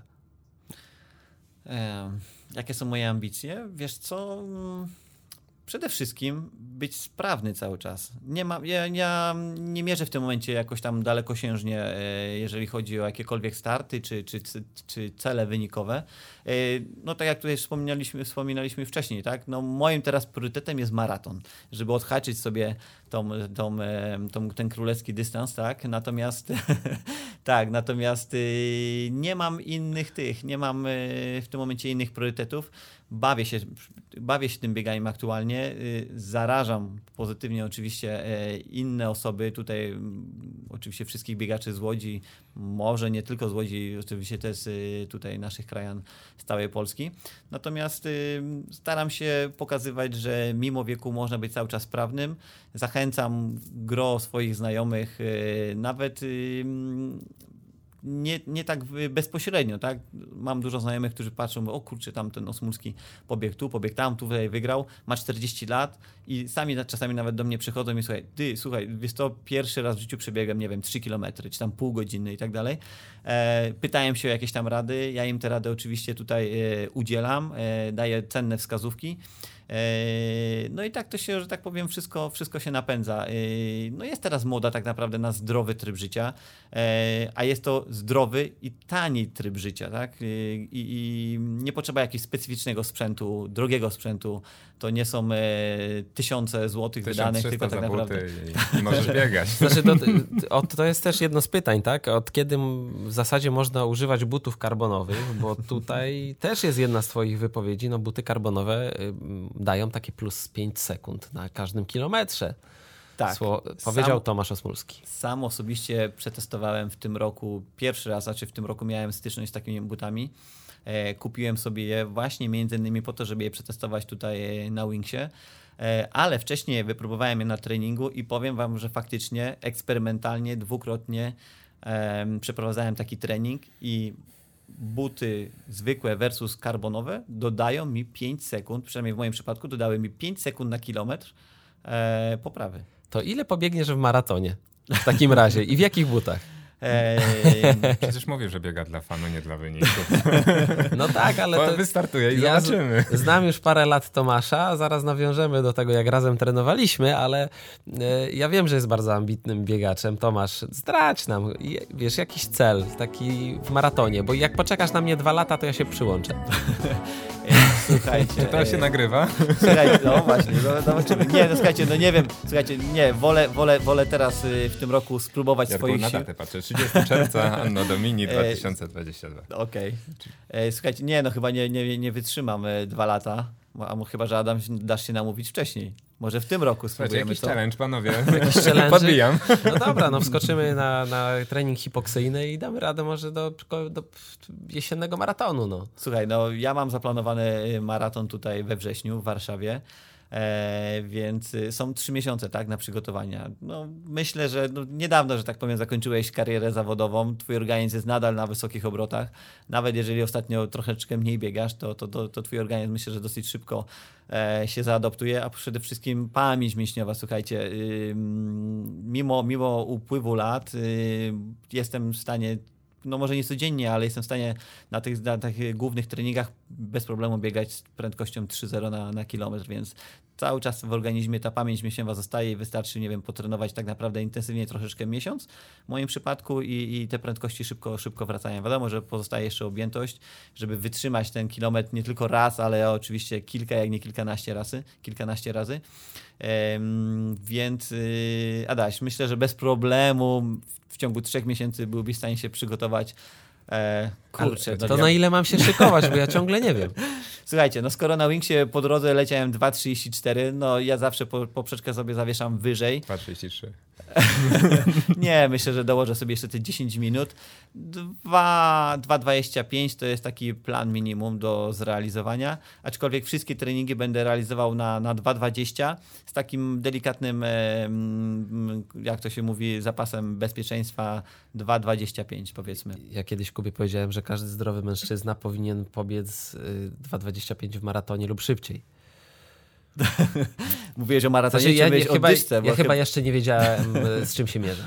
E, jakie są moje ambicje? Wiesz co? Przede wszystkim być sprawny cały czas. Nie ma, ja, ja nie mierzę w tym momencie jakoś tam dalekosiężnie, jeżeli chodzi o jakiekolwiek starty czy, czy, czy cele wynikowe. No tak jak tutaj wspominaliśmy, wspominaliśmy wcześniej, tak? No moim teraz priorytetem jest maraton, żeby odhaczyć sobie tą, tą, tą, ten królewski dystans, tak? Natomiast tak, natomiast nie mam innych tych, nie mam w tym momencie innych priorytetów. Bawię się, bawię się tym bieganiem aktualnie. Zarażam pozytywnie oczywiście inne osoby. Tutaj oczywiście wszystkich biegaczy z Łodzi, może nie tylko z Łodzi, oczywiście też tutaj naszych krajan z całej Polski. Natomiast staram się pokazywać, że mimo wieku można być cały czas sprawnym. Zachęcam gro swoich znajomych, nawet Nie, nie tak bezpośrednio, tak? Mam dużo znajomych, którzy patrzą, o kurczę, tam ten Osmulski pobiegł tu, pobiegł tam, tutaj wygrał, ma czterdzieści lat i sami czasami nawet do mnie przychodzą i słuchaj, ty, słuchaj, wiesz to pierwszy raz w życiu przebiegłem, nie wiem, trzy kilometry, czy tam pół godziny i tak dalej. E, pytałem się o jakieś tam rady, ja im te rady oczywiście tutaj e, udzielam, e, daję cenne wskazówki. No i tak to się, że tak powiem, wszystko, wszystko się napędza. No jest teraz moda tak naprawdę na zdrowy tryb życia, a jest to zdrowy i tani tryb życia, tak? I, i nie potrzeba jakiegoś specyficznego sprzętu, drogiego sprzętu. To nie są tysiące złotych wydanych, tylko tak naprawdę. I, i możesz biegać. Znaczy to, to, to jest też jedno z pytań, tak? Od kiedy w zasadzie można używać butów karbonowych, bo tutaj też jest jedna z twoich wypowiedzi, no buty karbonowe dają takie plus pięć sekund na każdym kilometrze. Tak. Sło, powiedział sam, Tomasz Osmulski. Sam osobiście przetestowałem w tym roku, pierwszy raz, znaczy w tym roku miałem styczność z takimi butami. E, kupiłem sobie je właśnie między innymi po to, żeby je przetestować tutaj na Wingsie. E, ale wcześniej wypróbowałem je na treningu i powiem wam, że faktycznie eksperymentalnie dwukrotnie e, przeprowadzałem taki trening i buty zwykłe versus karbonowe dodają mi pięć sekund, przynajmniej w moim przypadku dodały mi pięć sekund na kilometr e, poprawy. To ile pobiegniesz w maratonie w takim razie i w jakich butach? Eee, Przecież mówię, że biega dla fanu, nie dla wyniku. No tak, ale to... Wystartuje i ja zobaczymy. Z, znam już parę lat Tomasza, zaraz nawiążemy do tego, jak razem trenowaliśmy, ale y, ja wiem, że jest bardzo ambitnym biegaczem. Tomasz, zdradź nam, wiesz, jakiś cel taki w maratonie, bo jak poczekasz na mnie dwa lata, to ja się przyłączę. Słuchajcie. To się e... nagrywa? Słuchajcie, no właśnie, no, zobaczymy. Nie, no słuchajcie, no nie wiem, słuchajcie, nie, wolę, wolę, wolę teraz y, w tym roku spróbować ja swoich na sił. datę patrzę, trzydziestego czerwca, Anno Domini dwa tysiące dwudziesty drugi. Okej. Okay. Słuchajcie, nie, no chyba nie, nie, nie wytrzymam y, dwa lata, a chyba, że Adam dasz się namówić wcześniej. Może w tym roku spróbujemy jakiś to. challenge, panowie. Jakiś challenge. Podbijam. No dobra, no wskoczymy na, na trening hipoksyjny i damy radę może do, do jesiennego maratonu. No. Słuchaj, no ja mam zaplanowany maraton tutaj we wrześniu w Warszawie. E, więc są trzy miesiące, tak, na przygotowania. No, myślę, że no, niedawno, że tak powiem, zakończyłeś karierę zawodową, twój organizm jest nadal na wysokich obrotach. Nawet jeżeli ostatnio troszeczkę mniej biegasz, to, to, to, to twój organizm myślę, że dosyć szybko e, się zaadoptuje, a przede wszystkim pamięć mięśniowa, słuchajcie, y, mimo, mimo upływu lat y, jestem w stanie, no może nie codziennie, ale jestem w stanie na tych, na tych głównych treningach bez problemu biegać z prędkością trzy zero na, na kilometr, więc cały czas w organizmie ta pamięć mięśniowa zostaje i wystarczy, nie wiem, potrenować tak naprawdę intensywnie troszeczkę miesiąc w moim przypadku i, i te prędkości szybko, szybko wracają. Wiadomo, że pozostaje jeszcze objętość, żeby wytrzymać ten kilometr nie tylko raz, ale oczywiście kilka, jak nie kilkanaście razy, kilkanaście razy. Ehm, więc yy, Adaś, myślę, że bez problemu w ciągu trzech miesięcy byłbyś w stanie się przygotować. E, kurczę, to na ile mam się szykować, bo ja ciągle nie wiem. Słuchajcie, no skoro na Wingsie po drodze leciałem dwa trzydzieści cztery, no ja zawsze po, poprzeczkę sobie zawieszam wyżej. dwa trzydzieści trzy. Nie, myślę, że dołożę sobie jeszcze te dziesięć minut. dwa dwadzieścia pięć to jest taki plan minimum do zrealizowania, aczkolwiek wszystkie treningi będę realizował na, na dwa dwadzieścia z takim delikatnym, jak to się mówi, zapasem bezpieczeństwa dwa dwadzieścia pięć powiedzmy. Ja kiedyś Kubie powiedziałem, że każdy zdrowy mężczyzna powinien pobiec dwa dwadzieścia pięć w maratonie lub szybciej. Mówiłeś o maratonie, znaczy, czy ja, mówiłeś nie, o chyba, dyszce? ja bo chyba jeszcze nie wiedziałem, z czym się mierzę.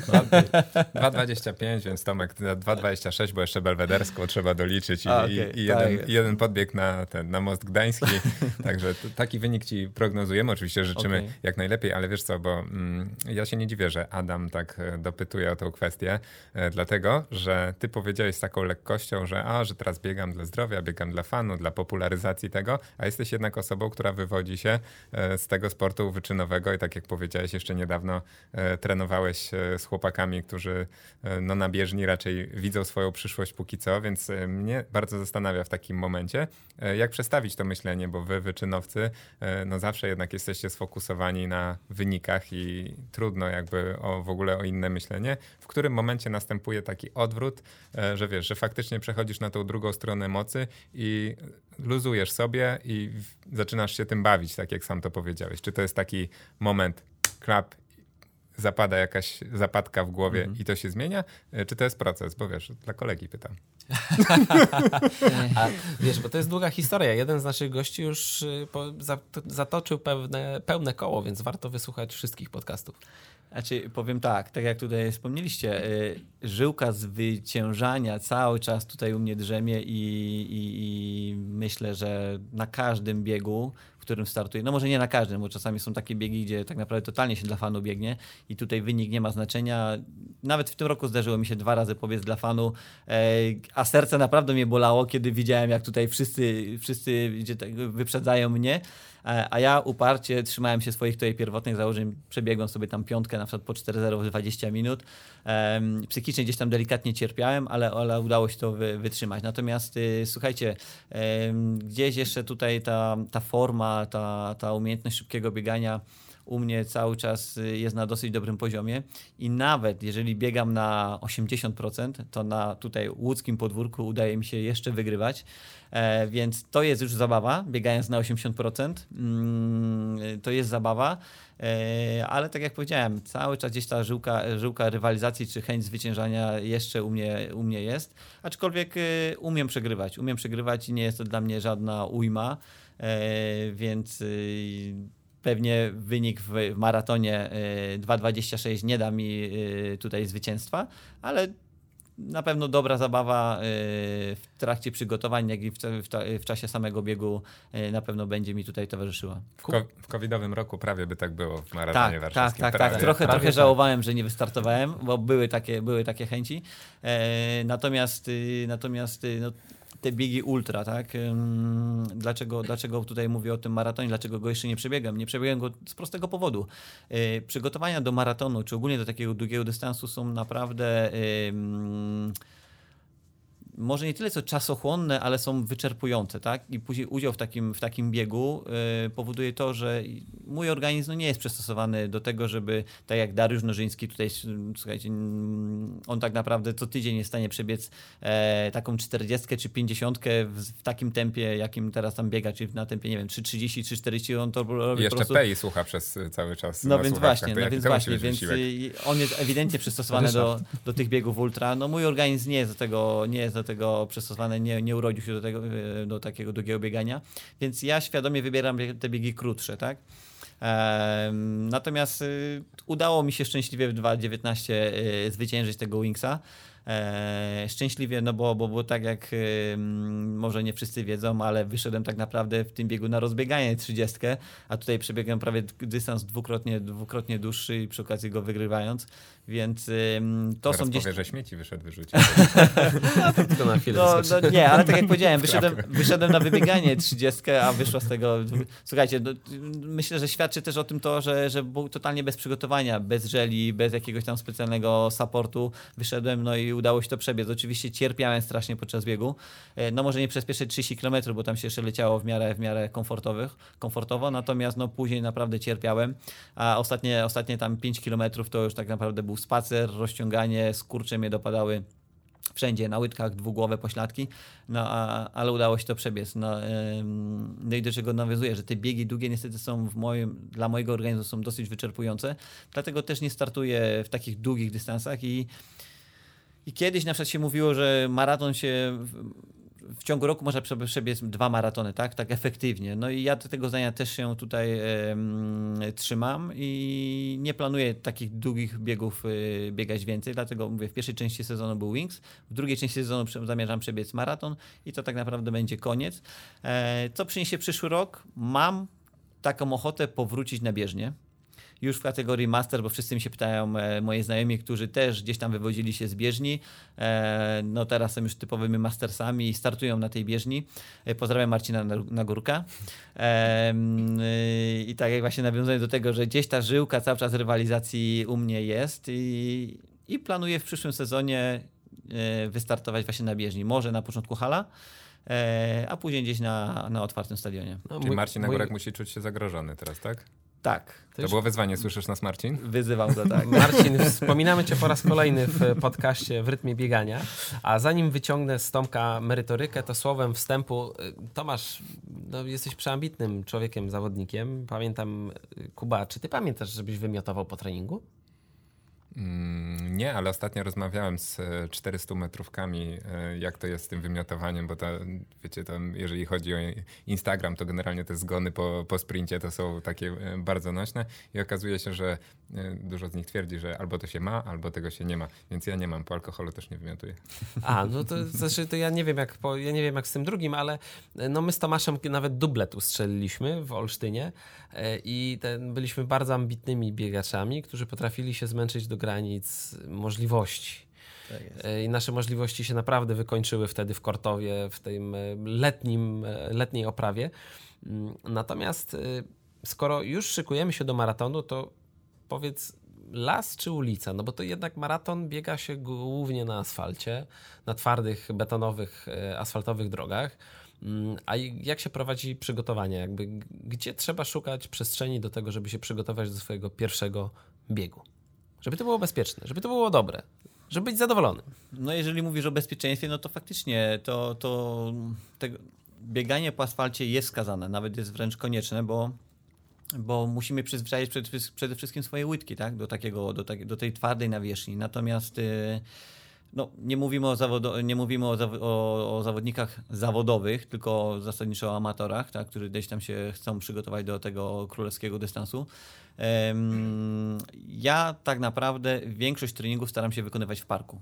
dwa dwadzieścia pięć, więc Tomek na dwa dwadzieścia sześć, bo jeszcze belwederską trzeba doliczyć i, A, okay, i, i jeden, tak. jeden podbieg na, ten, na Most Gdański. Także t- taki wynik ci prognozujemy. Oczywiście życzymy Okay. jak najlepiej, ale wiesz co, bo mm, ja się nie dziwię, że Adam tak e, dopytuje o tą kwestię, e, dlatego, że ty powiedziałeś z taką lekkością, że a, że teraz biegam dla zdrowia, biegam dla fanu, dla popularyzacji tego, a jesteś jednak osobą, która wywodzi się e, z tego sportu wyczynowego i tak jak powiedziałeś, jeszcze niedawno e, trenowałeś e, z chłopakami, którzy e, no, na bieżni raczej widzą swoją przyszłość póki co, więc e, mnie bardzo zastanawia w takim momencie, e, jak przestawić to myślenie, bo wy wyczynowcy e, no zawsze jednak jesteście sfokusowani na wynikach i trudno jakby o, w ogóle o inne myślenie. W którym momencie następuje taki odwrót, e, że wiesz, że faktycznie przechodzisz na tą drugą stronę mocy i luzujesz sobie i w, zaczynasz się tym bawić, tak jak sam to powiedziałeś. Czy to jest taki moment, klap, zapada jakaś zapadka w głowie mm-hmm. i to się zmienia? Czy to jest proces? Bo wiesz, dla kolegi pytam. A, wiesz, bo to jest długa historia. Jeden z naszych gości już po, za, zatoczył pewne, pełne koło, więc warto wysłuchać wszystkich podcastów. Znaczy, powiem tak, tak jak tutaj wspomnieliście, y, żyłka zwyciężania cały czas tutaj u mnie drzemie i, i, i myślę, że na każdym biegu, w którym startuję, no może nie na każdym, bo czasami są takie biegi, gdzie tak naprawdę totalnie się dla fanu biegnie i tutaj wynik nie ma znaczenia. Nawet w tym roku zdarzyło mi się dwa razy pobiec dla fanu, e, a serce naprawdę mnie bolało, kiedy widziałem, jak tutaj wszyscy, wszyscy gdzie tak wyprzedzają mnie. A ja uparcie trzymałem się swoich tutaj pierwotnych założeń, przebiegłem sobie tam piątkę na przykład po cztery zero w dwadzieścia minut. Um, psychicznie gdzieś tam delikatnie cierpiałem, ale, ale udało się to wy, wytrzymać. Natomiast y, słuchajcie, um, gdzieś jeszcze tutaj ta, ta forma, ta, ta umiejętność szybkiego biegania u mnie cały czas jest na dosyć dobrym poziomie i nawet jeżeli biegam na osiemdziesiąt procent, to na tutaj łódzkim podwórku udaje mi się jeszcze wygrywać, e, więc to jest już zabawa, biegając na osiemdziesiąt procent, mm, to jest zabawa, e, ale tak jak powiedziałem, cały czas gdzieś ta żyłka, żyłka rywalizacji czy chęć zwyciężania jeszcze u mnie, u mnie jest, aczkolwiek e, umiem przegrywać, umiem przegrywać i nie jest to dla mnie żadna ujma, e, więc... E, Pewnie wynik w, w maratonie y, dwa dwadzieścia sześć nie da mi y, tutaj zwycięstwa, ale na pewno dobra zabawa y, w trakcie przygotowań, jak i w, w, w czasie samego biegu y, na pewno będzie mi tutaj towarzyszyła. W, ko- w covidowym roku prawie by tak było w maratonie tak, warszawskim. Tak, tak, prawie. tak. Trochę, prawie trochę tak. żałowałem, że nie wystartowałem, bo były takie, były takie chęci. E, natomiast y, natomiast y, no, te biegi ultra, tak? Dlaczego, dlaczego tutaj mówię o tym maratonie, dlaczego go jeszcze nie przebiegam? Nie przebiegam go z prostego powodu. Yy, przygotowania do maratonu, czy ogólnie do takiego długiego dystansu są naprawdę yy, może nie tyle co czasochłonne, ale są wyczerpujące, tak? I później udział w takim, w takim biegu yy, powoduje to, że mój organizm no, nie jest przystosowany do tego, żeby, tak jak Dariusz Nożyński tutaj, słuchajcie, on tak naprawdę co tydzień jest w stanie przebiec e, taką czterdziestkę czy pięćdziesiątkę w, w takim tempie, jakim teraz tam biega, czyli na tempie, nie wiem, trzy trzydzieści, trzy czterdzieści, on to robi I jeszcze po prostu... Pei słucha przez cały czas. No na więc słuchawkach. właśnie, To no więc właśnie, więc on jest ewidentnie przystosowany do, do tych biegów ultra. No mój organizm nie jest do tego, nie jest do tego przystosowany, nie, nie urodził się do tego, do takiego długiego biegania, więc ja świadomie wybieram te biegi krótsze, tak? Natomiast y, udało mi się szczęśliwie w dwa dziewiętnaście y, zwyciężyć tego Wingsa. E, szczęśliwie, no bo, bo, bo tak jak e, może nie wszyscy wiedzą, ale wyszedłem tak naprawdę w tym biegu na rozbieganie trzydziestkę, a tutaj przebiegłem prawie dystans dwukrotnie, dwukrotnie dłuższy i przy okazji go wygrywając, więc e, to Teraz są gdzieś... powie, że śmieci wyszedł wyrzucić. No, to tylko na chwilę. No, no nie, ale tak jak powiedziałem, wyszedłem, wyszedłem na wybieganie trzydziestkę, a wyszło z tego... Słuchajcie, no, myślę, że świadczy też o tym to, że, że był totalnie bez przygotowania, bez żeli, bez jakiegoś tam specjalnego supportu. Wyszedłem, no i udało się to przebiec. Oczywiście cierpiałem strasznie podczas biegu. No może nie przez pierwsze trzydzieści kilometrów, bo tam się jeszcze leciało w miarę, w miarę komfortowych, komfortowo, natomiast no później naprawdę cierpiałem, a ostatnie, ostatnie tam pięć kilometrów to już tak naprawdę był spacer, rozciąganie, skurcze mnie dopadały wszędzie, na łydkach, dwugłowe pośladki, no a, ale udało się to przebiec. No, ym, no i do czego nawiązuję, że te biegi długie niestety są w moim, dla mojego organizmu są dosyć wyczerpujące, dlatego też nie startuję w takich długich dystansach i, i kiedyś na przykład się mówiło, że maraton się... W ciągu roku można przebiec dwa maratony, tak? Tak efektywnie. No i ja do tego zdania też się tutaj e, trzymam i nie planuję takich długich biegów e, biegać więcej, dlatego mówię, w pierwszej części sezonu był Wings, w drugiej części sezonu zamierzam przebiec maraton i to tak naprawdę będzie koniec. E, co przyniesie przyszły rok? Mam taką ochotę powrócić na bieżnię. Już w kategorii master, bo wszyscy mi się pytają, e, moi znajomi, którzy też gdzieś tam wywodzili się z bieżni, e, no teraz są już typowymi mastersami i startują na tej bieżni. E, pozdrawiam Marcina Nagórka. E, y, I tak jak właśnie nawiązuję do tego, że gdzieś ta żyłka cały czas rywalizacji u mnie jest i, i planuję w przyszłym sezonie e, wystartować właśnie na bieżni. Może na początku hala, e, a później gdzieś na, na otwartym stadionie. No, Czyli mój- Marcin mój- Nagórek musi czuć się zagrożony teraz, tak? Tak, To, już- było wyzwanie, słyszysz nas, Marcin? wyzywam go, tak. Marcin, wspominamy Cię po raz kolejny w podcaście W rytmie biegania, a zanim wyciągnę z Tomka merytorykę, to słowem wstępu, Tomasz, no, jesteś przeambitnym człowiekiem, zawodnikiem. Pamiętam, Kuba, czy Ty pamiętasz, żebyś wymiotował po treningu? Mm, nie, ale ostatnio rozmawiałem z e, czterystumetrówkami, e, jak to jest z tym wymiotowaniem, bo to, wiecie, to, jeżeli chodzi o Instagram, to generalnie te zgony po, po sprincie to są takie e, bardzo nośne i okazuje się, że e, dużo z nich twierdzi, że albo to się ma, albo tego się nie ma, więc ja nie mam, po alkoholu też nie wymiotuję. A, no to znaczy, to ja nie wiem jak, po, ja nie wiem jak z tym drugim, ale no my z Tomaszem nawet dublet ustrzeliliśmy w Olsztynie e, i ten, byliśmy bardzo ambitnymi biegaczami, którzy potrafili się zmęczyć do granic możliwości. Tak jest. E, I nasze możliwości się naprawdę wykończyły wtedy w Kortowie, w tym e, letnim, e, letniej oprawie. Mm, Natomiast e, skoro już szykujemy się do maratonu, to powiedz, las czy ulica? No bo to jednak maraton biega się głównie na asfalcie, na twardych, betonowych, e, asfaltowych drogach. Mm, A jak się prowadzi przygotowanie? Jakby, g- gdzie trzeba szukać przestrzeni do tego, żeby się przygotować do swojego pierwszego biegu? Żeby to było bezpieczne, żeby to było dobre, żeby być zadowolonym. No jeżeli mówisz o bezpieczeństwie, no to faktycznie to, to tego, bieganie po asfalcie jest skazane, nawet jest wręcz konieczne, bo, bo musimy przyzwyczaić przede, przede wszystkim swoje łydki, tak? do, takiego, do, tak, do tej twardej nawierzchni. Natomiast yy, no, nie mówimy, o, zawodo, nie mówimy o, zaw, o, o zawodnikach zawodowych, tylko zasadniczo o amatorach, tak? którzy gdzieś tam się chcą przygotować do tego królewskiego dystansu. Um, ja tak naprawdę większość treningów staram się wykonywać w parku.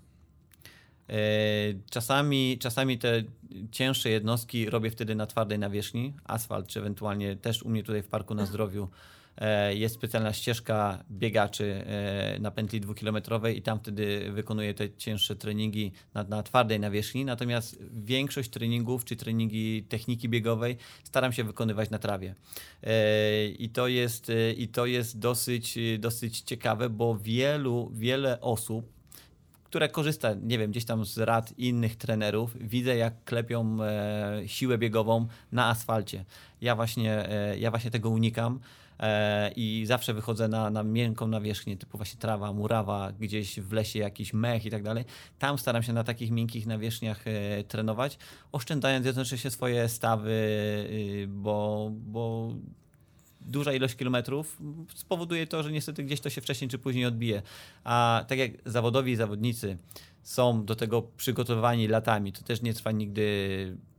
Czasami, czasami te cięższe jednostki robię wtedy na twardej nawierzchni, asfalt, czy ewentualnie też u mnie tutaj w Parku na Zdrowiu jest specjalna ścieżka biegaczy na pętli dwukilometrowej i tam wtedy wykonuję te cięższe treningi na, na twardej nawierzchni, natomiast większość treningów, czy treningi techniki biegowej staram się wykonywać na trawie. I to jest, i to jest dosyć, dosyć ciekawe, bo wielu, wiele osób, które korzysta, nie wiem, gdzieś tam z rad innych trenerów, widzę jak klepią e, siłę biegową na asfalcie. Ja właśnie, e, ja właśnie tego unikam e, i zawsze wychodzę na, na miękką nawierzchnię, typu właśnie trawa, murawa, gdzieś w lesie jakiś mech i tak dalej. Tam staram się na takich miękkich nawierzchniach e, trenować, oszczędzając jednocześnie swoje stawy, e, bo, bo duża ilość kilometrów spowoduje to, że niestety gdzieś to się wcześniej czy później odbije. A tak jak zawodowi zawodnicy są do tego przygotowani latami, to też nie trwa nigdy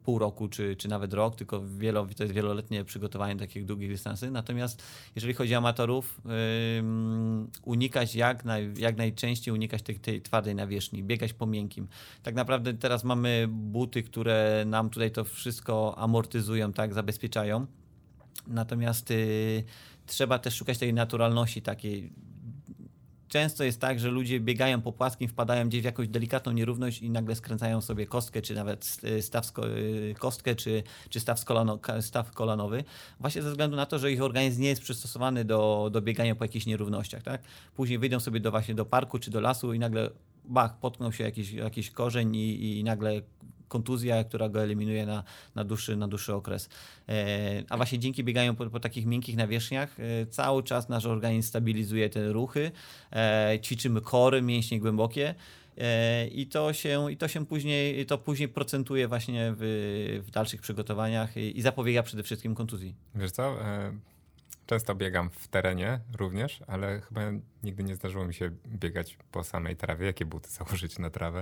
pół roku, czy, czy nawet rok, tylko wielo, to jest wieloletnie przygotowanie do takich długich dystansów. Natomiast jeżeli chodzi o amatorów, um, unikać jak, naj, jak najczęściej unikać tej, tej twardej nawierzchni, biegać po miękkim. Tak naprawdę teraz mamy buty, które nam tutaj to wszystko amortyzują, tak, zabezpieczają. Natomiast y, trzeba też szukać tej naturalności takiej. Często jest tak, że ludzie biegają po płaskim, wpadają gdzieś w jakąś delikatną nierówność i nagle skręcają sobie kostkę, czy nawet staw sko- kostkę, czy, czy staw, kolano, staw kolanowy. Właśnie ze względu na to, że ich organizm nie jest przystosowany do, do biegania po jakichś nierównościach. Tak? Później wyjdą sobie do, właśnie do parku czy do lasu i nagle bach, potknął się jakiś, jakiś korzeń i, i nagle kontuzja, która go eliminuje na, na, dłuższy, na dłuższy okres. E, a właśnie dzięki bieganiu po, po takich miękkich nawierzchniach e, cały czas nasz organizm stabilizuje te ruchy, e, ćwiczymy kory, mięśnie głębokie e, i to się, i to się później, to później procentuje właśnie w, w dalszych przygotowaniach i, i zapobiega przede wszystkim kontuzji. Wiesz co, e, często biegam w terenie również, ale chyba nigdy nie zdarzyło mi się biegać po samej trawie. Jakie buty założyć na trawę?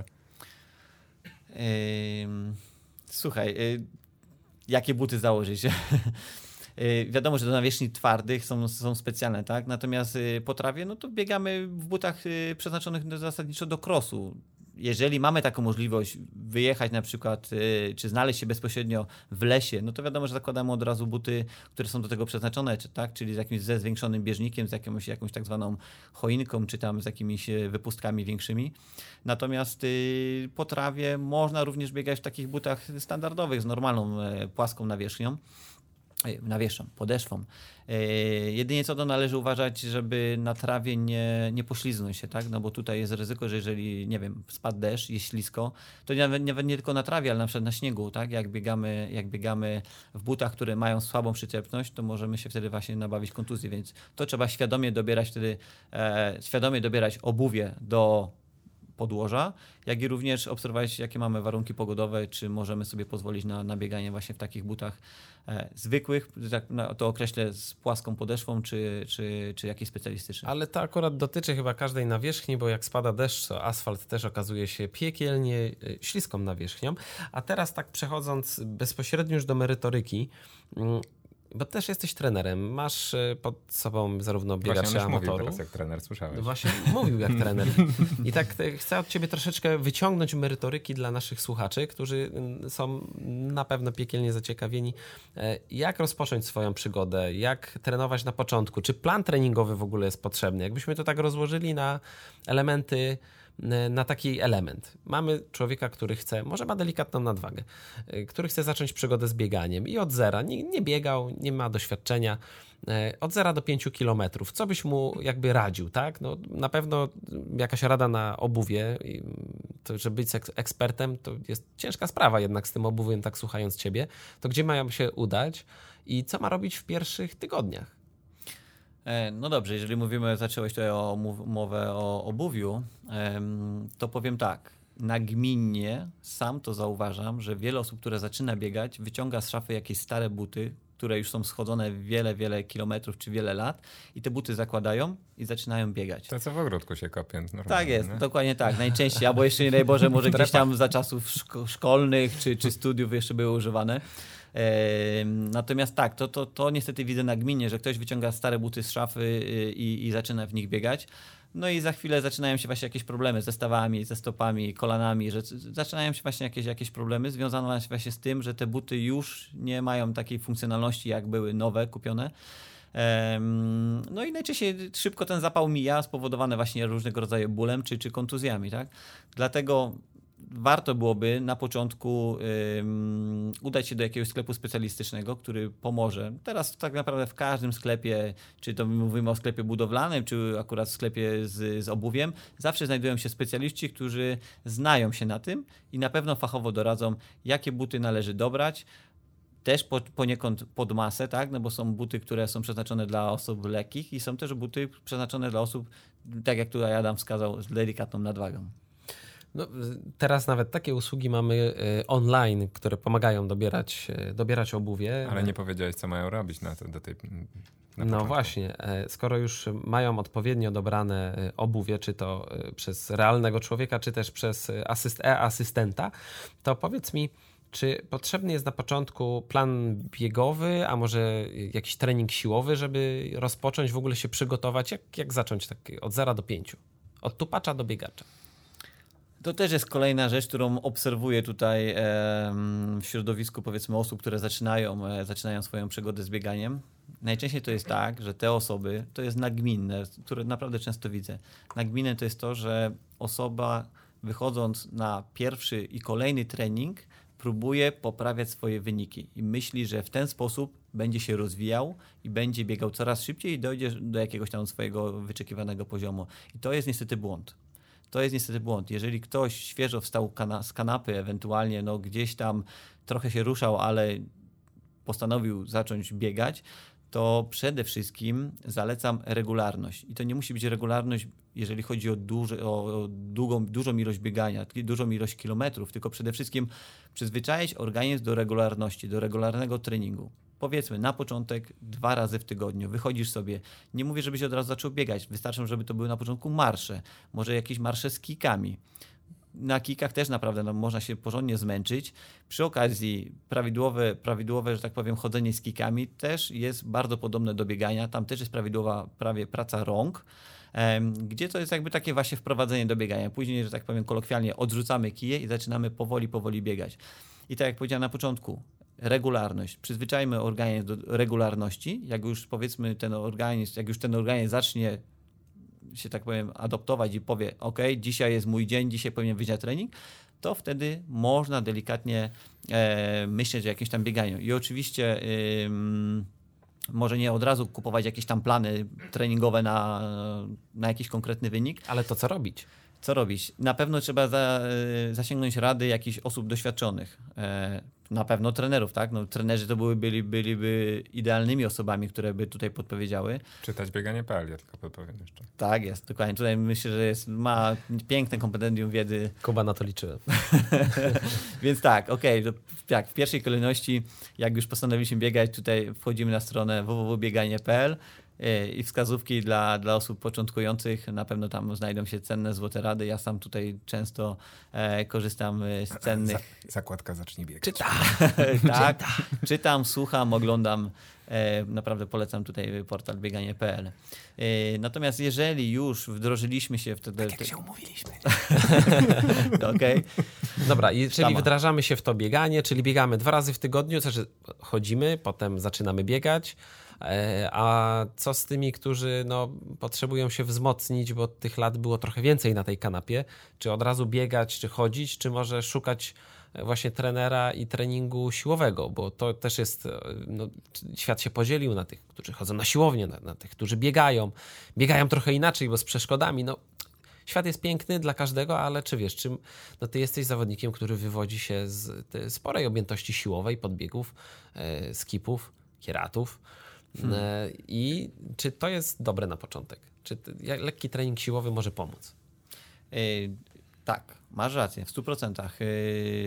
Słuchaj, jakie buty założyć? Wiadomo, że do nawierzchni twardych są, są specjalne, tak? Natomiast po trawie, no to biegamy w butach przeznaczonych zasadniczo do crossu. Jeżeli mamy taką możliwość wyjechać na przykład, czy znaleźć się bezpośrednio w lesie, no to wiadomo, że zakładamy od razu buty, które są do tego przeznaczone, czy, tak? Czyli z jakimś ze zwiększonym bieżnikiem, z jakąś, jakąś tak zwaną choinką, czy tam z jakimiś wypustkami większymi. Natomiast y, po trawie można również biegać w takich butach standardowych, z normalną e, płaską nawierzchnią. Nawierzchnią, podeszwą. Yy, jedynie co to należy uważać, żeby na trawie nie, nie pośliznąć się, tak? No bo tutaj jest ryzyko, że jeżeli, nie wiem, spadł deszcz, jest ślisko, to nawet nie, nie tylko na trawie, ale na przykład na śniegu, tak? Jak biegamy, jak biegamy w butach, które mają słabą przyczepność, to możemy się wtedy właśnie nabawić kontuzji, więc to trzeba świadomie dobierać wtedy, e, świadomie dobierać obuwie do podłoża, jak i również obserwować, jakie mamy warunki pogodowe, czy możemy sobie pozwolić na, na bieganie właśnie w takich butach e, zwykłych, tak to określę, z płaską podeszwą, czy, czy, czy jakiejś specjalistycznej. Ale to akurat dotyczy chyba każdej nawierzchni, bo jak spada deszcz, to asfalt też okazuje się piekielnie śliską nawierzchnią. A teraz tak przechodząc bezpośrednio już do merytoryki, bo też jesteś trenerem, masz pod sobą zarówno biegaczy, amatorów. Mówił teraz jak trener, słyszałeś. Właśnie mówił jak trener. I tak chcę od ciebie troszeczkę wyciągnąć merytoryki dla naszych słuchaczy, którzy są na pewno piekielnie zaciekawieni. Jak rozpocząć swoją przygodę? Jak trenować na początku? Czy plan treningowy w ogóle jest potrzebny? Jakbyśmy to tak rozłożyli na elementy, na taki element. Mamy człowieka, który chce, może ma delikatną nadwagę, który chce zacząć przygodę z bieganiem i od zera, nie, nie biegał, nie ma doświadczenia, od zera do pięciu kilometrów. Co byś mu jakby radził, tak? No, na pewno jakaś rada na obuwie, to, żeby być ekspertem, to jest ciężka sprawa jednak z tym obuwiem, tak słuchając ciebie. To gdzie mają się udać i co ma robić w pierwszych tygodniach? No dobrze, jeżeli mówimy, zacząłeś tutaj o mowę o obuwiu, to powiem tak, nagminnie sam to zauważam, że wiele osób, które zaczyna biegać, wyciąga z szafy jakieś stare buty, które już są schodzone wiele, wiele kilometrów czy wiele lat i te buty zakładają i zaczynają biegać. To co w ogródku się kopie. Normalnie, tak jest, nie? Dokładnie tak, najczęściej, albo jeszcze nie daj Boże, może gdzieś tam za czasów szko- szkolnych czy, czy studiów jeszcze były używane. Natomiast tak, to, to, to niestety widzę nagminnie, że ktoś wyciąga stare buty z szafy i, i zaczyna w nich biegać. No i za chwilę zaczynają się właśnie jakieś problemy ze stawami, ze stopami, kolanami, że zaczynają się właśnie jakieś, jakieś problemy związane właśnie z tym, że te buty już nie mają takiej funkcjonalności, jak były nowe, kupione. No i najczęściej szybko ten zapał mija, spowodowany właśnie różnego rodzaju bólem czy, czy kontuzjami, tak? Dlatego warto byłoby na początku um, udać się do jakiegoś sklepu specjalistycznego, który pomoże. Teraz tak naprawdę w każdym sklepie, czy to mówimy o sklepie budowlanym, czy akurat w sklepie z, z obuwiem, zawsze znajdują się specjaliści, którzy znają się na tym i na pewno fachowo doradzą, jakie buty należy dobrać. Też po, poniekąd pod masę, tak? No bo są buty, które są przeznaczone dla osób lekkich i są też buty przeznaczone dla osób, tak jak tutaj Adam wskazał, z delikatną nadwagą. No, teraz nawet takie usługi mamy online, które pomagają dobierać, dobierać obuwie. Ale nie powiedziałeś, co mają robić na, to, do tej, na No początku. właśnie, skoro już mają odpowiednio dobrane obuwie, czy to przez realnego człowieka, czy też przez asyst- e-asystenta, to powiedz mi, Czy potrzebny jest na początku plan biegowy, a może jakiś trening siłowy, żeby rozpocząć, w ogóle się przygotować? Jak, jak zacząć tak od zera do pięciu? Od tupacza do biegacza. To też jest kolejna rzecz, którą obserwuję tutaj e, w środowisku, powiedzmy, osób, które zaczynają, e, zaczynają swoją przygodę z bieganiem. Najczęściej to jest tak, że te osoby, to jest nagminne, które naprawdę często widzę. Nagminne to jest to, że osoba wychodząc na pierwszy i kolejny trening próbuje poprawiać swoje wyniki i myśli, że w ten sposób będzie się rozwijał i będzie biegał coraz szybciej i dojdzie do jakiegoś tam swojego wyczekiwanego poziomu. I to jest niestety błąd. To jest niestety błąd. Jeżeli ktoś świeżo wstał kana- z kanapy, ewentualnie no gdzieś tam trochę się ruszał, ale postanowił zacząć biegać, to przede wszystkim zalecam regularność. I to nie musi być regularność, jeżeli chodzi o, duży, o długą, dużą ilość biegania, dużą ilość kilometrów, tylko przede wszystkim przyzwyczaić organizm do regularności, do regularnego treningu. Powiedzmy, na początek dwa razy w tygodniu wychodzisz sobie. Nie mówię, żebyś od razu zaczął biegać. Wystarczy, żeby to były na początku marsze. Może jakieś marsze z kikami. Na kikach też naprawdę no, można się porządnie zmęczyć. Przy okazji prawidłowe, prawidłowe, że tak powiem, chodzenie z kikami też jest bardzo podobne do biegania. Tam też jest prawidłowa prawie praca rąk, em, gdzie to jest jakby takie właśnie wprowadzenie do biegania. Później, że tak powiem kolokwialnie, odrzucamy kije i zaczynamy powoli, powoli biegać. I tak jak powiedziałem na początku, regularność. Przyzwyczajmy organizm do regularności. Jak już powiedzmy ten organizm, jak już ten organizm zacznie się tak powiem adoptować i powie, ok, dzisiaj jest mój dzień, dzisiaj powinien wyjść na trening, to wtedy można delikatnie e, myśleć o jakimś tam bieganiu. I oczywiście e, może nie od razu kupować jakieś tam plany treningowe na, na jakiś konkretny wynik. Ale to co robić? Co robić? Na pewno trzeba za, zasięgnąć rady jakichś osób doświadczonych. E, na pewno trenerów, tak? No, trenerzy to były, byli, byliby idealnymi osobami, które by tutaj podpowiedziały. Czytać bieganie kropka p l, ja tylko podpowiem jeszcze. Tak jest, dokładnie. Tutaj myślę, że jest, ma piękne kompendium wiedzy. Kuba, na to liczyłem. Więc tak, okej, okay, tak, w pierwszej kolejności, jak już postanowiliśmy biegać, tutaj wchodzimy na stronę w w w kropka bieganie kropka p l i wskazówki dla, dla osób początkujących. Na pewno tam znajdą się cenne złote rady. Ja sam tutaj często e, korzystam z cennych... Za, zakładka zacznij biegać. Czytam. tak, czytam, słucham, oglądam. E, naprawdę polecam tutaj portal bieganie kropka p l. E, natomiast jeżeli już wdrożyliśmy się wtedy... Tak jak się umówiliśmy. Okej. Dobra, i, czyli Tama. wdrażamy się w to bieganie, czyli biegamy dwa razy w tygodniu, znaczy chodzimy, potem zaczynamy biegać. A co z tymi, którzy no, potrzebują się wzmocnić, bo tych lat było trochę więcej na tej kanapie? Czy od razu biegać, czy chodzić, czy może szukać właśnie trenera i treningu siłowego? Bo to też jest, no, świat się podzielił na tych, którzy chodzą na siłownię, na, na tych, którzy biegają. Biegają trochę inaczej, bo z przeszkodami. No, świat jest piękny dla każdego, ale czy wiesz, czy, no, ty jesteś zawodnikiem, który wywodzi się z sporej objętości siłowej, podbiegów, e, skipów, kieratów. Hmm. I czy to jest dobre na początek? Czy lekki trening siłowy może pomóc? Yy, tak, masz rację, w stu procentach. Yy,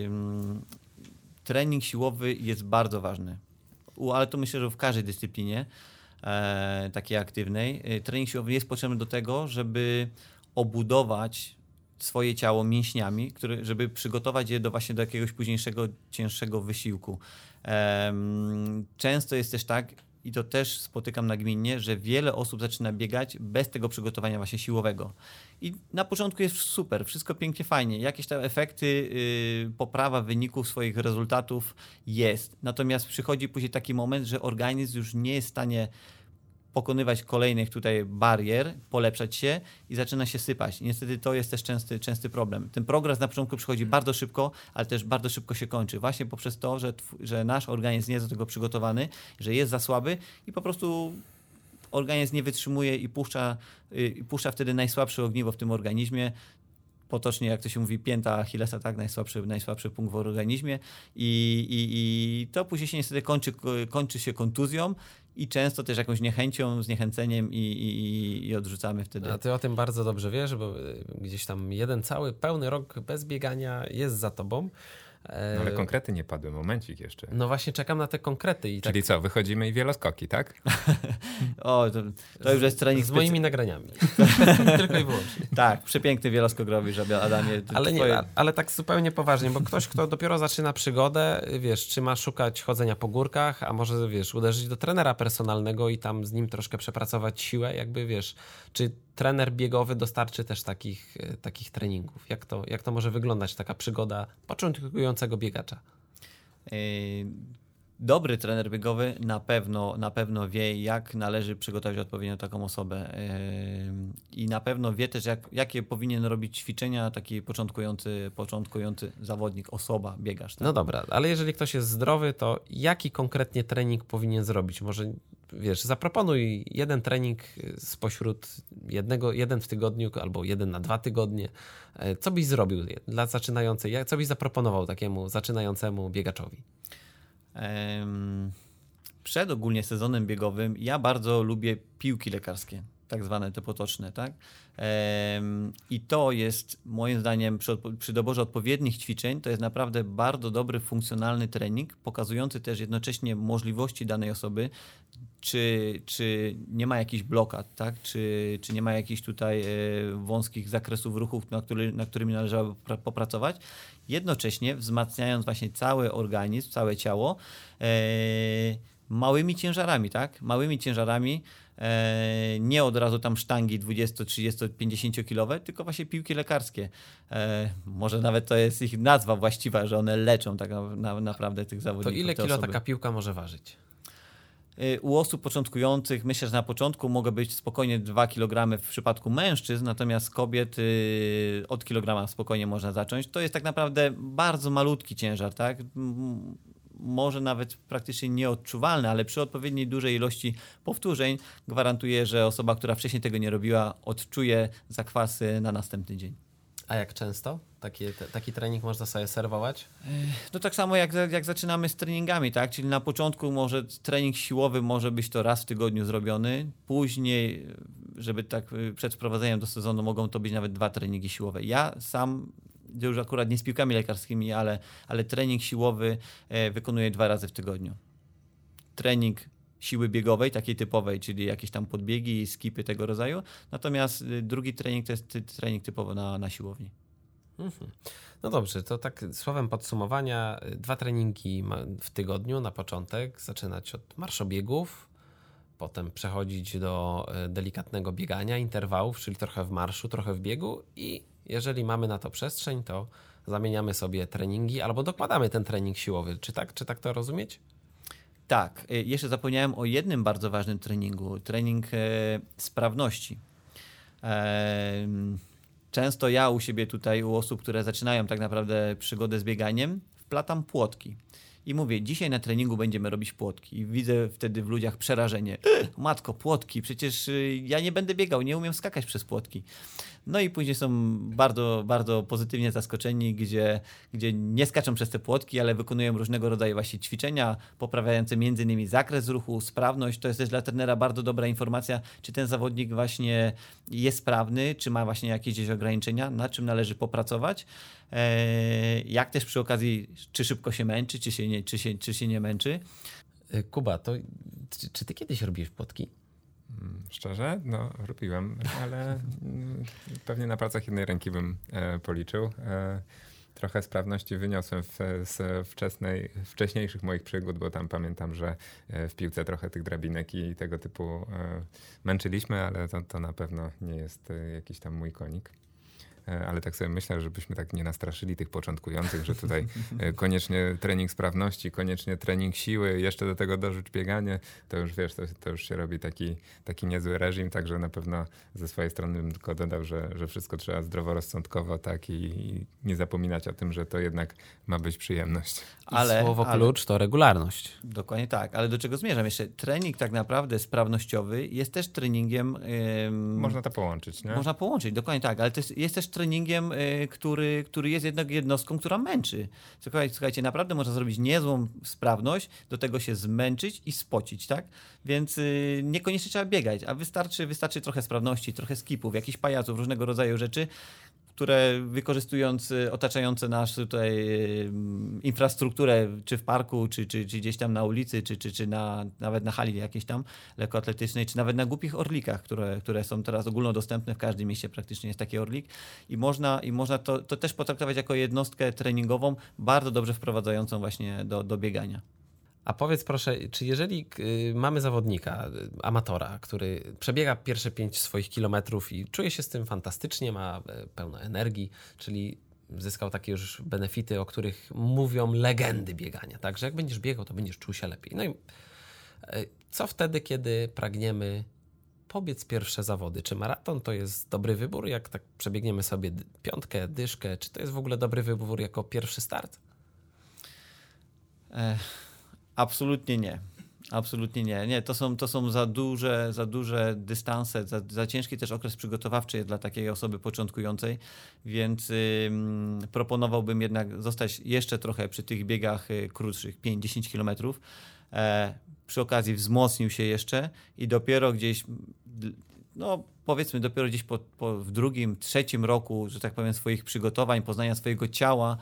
trening siłowy jest bardzo ważny, U, ale to myślę, że w każdej dyscyplinie e, takiej aktywnej. Yy, trening siłowy jest potrzebny do tego, żeby obudować swoje ciało mięśniami, które, żeby przygotować je do właśnie do jakiegoś późniejszego, cięższego wysiłku. E, często jest też tak, i to też spotykam nagminnie, że wiele osób zaczyna biegać bez tego przygotowania właśnie siłowego. I na początku jest super, wszystko pięknie, fajnie. Jakieś tam efekty, yy, poprawa wyników swoich rezultatów jest. Natomiast przychodzi później taki moment, że organizm już nie jest w stanie pokonywać kolejnych tutaj barier, polepszać się i zaczyna się sypać. I niestety to jest też częsty, częsty problem. Ten progres na początku przychodzi bardzo szybko, ale też bardzo szybko się kończy. Właśnie poprzez to, że, że nasz organizm nie jest do tego przygotowany, że jest za słaby i po prostu organizm nie wytrzymuje i puszcza, i puszcza wtedy najsłabsze ogniwo w tym organizmie. Potocznie, jak to się mówi, pięta Achillesa, tak, najsłabszy, najsłabszy punkt w organizmie i, i, i to później się niestety kończy, kończy się kontuzją i często też jakąś niechęcią, zniechęceniem i, i, i odrzucamy wtedy. A ty o tym bardzo dobrze wiesz, bo gdzieś tam jeden cały pełny rok bez biegania jest za tobą. No ale konkrety nie padły, momencik jeszcze. No właśnie czekam na te konkrety. I Czyli tak... co, wychodzimy i wieloskoki, tak? O, to, to już jest trening Z moimi specy- nagraniami. Tylko i wyłącznie. Tak, przepiękny wieloskok robisz, Adamie. To Ale, twoje... nie, ale tak zupełnie poważnie, bo ktoś, kto dopiero zaczyna przygodę, wiesz, czy ma szukać chodzenia po górkach, a może, wiesz, uderzyć do trenera personalnego i tam z nim troszkę przepracować siłę, jakby, wiesz, czy trener biegowy dostarczy też takich, takich treningów? Jak to, jak to może wyglądać taka przygoda początkującego biegacza? Yy, Dobry trener biegowy na pewno, na pewno wie, jak należy przygotować odpowiednio taką osobę yy, i na pewno wie też, jak, jakie powinien robić ćwiczenia taki początkujący, początkujący zawodnik, osoba, biegacz. Tak? No dobra, ale jeżeli ktoś jest zdrowy, to jaki konkretnie trening powinien zrobić? Może, wiesz, zaproponuj jeden trening spośród jednego, jeden w tygodniu albo jeden na dwa tygodnie. Co byś zrobił dla zaczynającej, co byś zaproponował takiemu zaczynającemu biegaczowi? Przed ogólnie sezonem biegowym ja bardzo lubię piłki lekarskie, tak zwane te potoczne, tak? I to jest moim zdaniem przy, przy doborze odpowiednich ćwiczeń to jest naprawdę bardzo dobry, funkcjonalny trening, pokazujący też jednocześnie możliwości danej osoby, czy, czy nie ma jakichś blokad, tak? czy, czy nie ma jakichś tutaj wąskich zakresów ruchów, na, który, na którymi należałoby popracować, jednocześnie wzmacniając właśnie cały organizm, całe ciało e, małymi ciężarami, tak? Małymi ciężarami, e, nie od razu tam sztangi dwudziesto, trzydziesto, pięćdziesiąt kilowe, tylko właśnie piłki lekarskie. E, może nawet to jest ich nazwa właściwa, że one leczą tak na, na, naprawdę tych zawodników. To ile kilo osoby. taka piłka może ważyć? U osób początkujących myślę, że na początku mogą być spokojnie dwa kilogramy w przypadku mężczyzn, natomiast kobiet yy, od kilograma spokojnie można zacząć. To jest tak naprawdę bardzo malutki ciężar, tak? M- może nawet praktycznie nieodczuwalny, ale przy odpowiedniej dużej ilości powtórzeń gwarantuję, że osoba, która wcześniej tego nie robiła, odczuje zakwasy na następny dzień. A jak często taki, te, taki trening można sobie serwować? No tak samo jak, jak zaczynamy z treningami, tak? Czyli na początku może trening siłowy może być to raz w tygodniu zrobiony, później, żeby tak przed wprowadzeniem do sezonu mogą to być nawet dwa treningi siłowe. Ja sam już akurat nie z piłkami lekarskimi, ale, ale trening siłowy wykonuję dwa razy w tygodniu. Trening siły biegowej, takiej typowej, czyli jakieś tam podbiegi, skipy tego rodzaju. Natomiast drugi trening to jest trening typowo na, na siłowni. Mhm. No dobrze, to tak słowem podsumowania, dwa treningi w tygodniu na początek, zaczynać od marszobiegów, potem przechodzić do delikatnego biegania, interwałów, czyli trochę w marszu, trochę w biegu i jeżeli mamy na to przestrzeń, to zamieniamy sobie treningi albo dokładamy ten trening siłowy. Czy tak, czy tak to rozumieć? Tak, jeszcze zapomniałem o jednym bardzo ważnym treningu, trening e, sprawności. E, często ja u siebie tutaj, u osób, które zaczynają tak naprawdę przygodę z bieganiem, wplatam płotki. I mówię, dzisiaj na treningu będziemy robić płotki. I widzę wtedy w ludziach przerażenie. Matko, płotki, przecież ja nie będę biegał, nie umiem skakać przez płotki. No i później są bardzo, bardzo pozytywnie zaskoczeni, gdzie, gdzie nie skaczą przez te płotki, ale wykonują różnego rodzaju właśnie ćwiczenia, poprawiające między innymi zakres ruchu, sprawność. To jest też dla trenera bardzo dobra informacja, czy ten zawodnik właśnie jest sprawny, czy ma właśnie jakieś gdzieś ograniczenia, na czym należy popracować. Jak też przy okazji, czy szybko się męczy, czy się nie, czy się, czy się nie męczy. Kuba, to czy, czy ty kiedyś robiłeś płotki? Szczerze? No, robiłem, ale pewnie na palcach jednej ręki bym e, policzył. E, trochę sprawności wyniosłem w, z wczesnej, wcześniejszych moich przygód, bo tam pamiętam, że w piłce trochę tych drabinek i tego typu e, męczyliśmy, ale to, to na pewno nie jest jakiś tam mój konik. Ale tak sobie myślę, żebyśmy tak nie nastraszyli tych początkujących, że tutaj koniecznie trening sprawności, koniecznie trening siły, jeszcze do tego dorzuć bieganie, to już wiesz, to, to już się robi taki, taki niezły reżim, także na pewno ze swojej strony bym tylko dodał, że, że wszystko trzeba zdroworozsądkowo tak i, i nie zapominać o tym, że to jednak ma być przyjemność. Ale, słowo ale, klucz to regularność. Dokładnie tak, ale do czego zmierzam? Jeszcze trening tak naprawdę sprawnościowy jest też treningiem... Ym, można to połączyć, nie? Można połączyć, dokładnie tak, ale to jest, jest też treningiem, y, który, który jest jednak jednostką, która męczy. Słuchajcie, słuchajcie, naprawdę można zrobić niezłą sprawność, do tego się zmęczyć i spocić, tak? Więc y, niekoniecznie trzeba biegać, a wystarczy, wystarczy trochę sprawności, trochę skipów, jakichś pajaców, różnego rodzaju rzeczy, które wykorzystując otaczające nas tutaj infrastrukturę, czy w parku, czy, czy, czy gdzieś tam na ulicy, czy, czy, czy na, nawet na hali jakiejś tam lekkoatletycznej, czy nawet na głupich orlikach, które, które są teraz ogólnodostępne, w każdym mieście praktycznie jest taki orlik i można, i można to, to też potraktować jako jednostkę treningową, bardzo dobrze wprowadzającą właśnie do, do biegania. A powiedz proszę, czy jeżeli y, mamy zawodnika, y, amatora, który przebiega pierwsze pięć swoich kilometrów i czuje się z tym fantastycznie, ma y, pełno energii, czyli zyskał takie już benefity, o których mówią legendy biegania, tak, że jak będziesz biegał, to będziesz czuł się lepiej. No i y, co wtedy, kiedy pragniemy pobiec pierwsze zawody? Czy maraton to jest dobry wybór, jak tak przebiegniemy sobie piątkę, dyszkę, czy to jest w ogóle dobry wybór jako pierwszy start? Ech. Absolutnie nie. Absolutnie nie. Nie, to są, to są za duże, za duże dystanse, za, za ciężki też okres przygotowawczy jest dla takiej osoby początkującej, więc ym, proponowałbym jednak zostać jeszcze trochę przy tych biegach y, krótszych, pięć do dziesięciu kilometrów. E, przy okazji wzmocnił się jeszcze i dopiero gdzieś, no powiedzmy dopiero gdzieś po, po, w drugim, trzecim roku, że tak powiem, swoich przygotowań, poznania swojego ciała,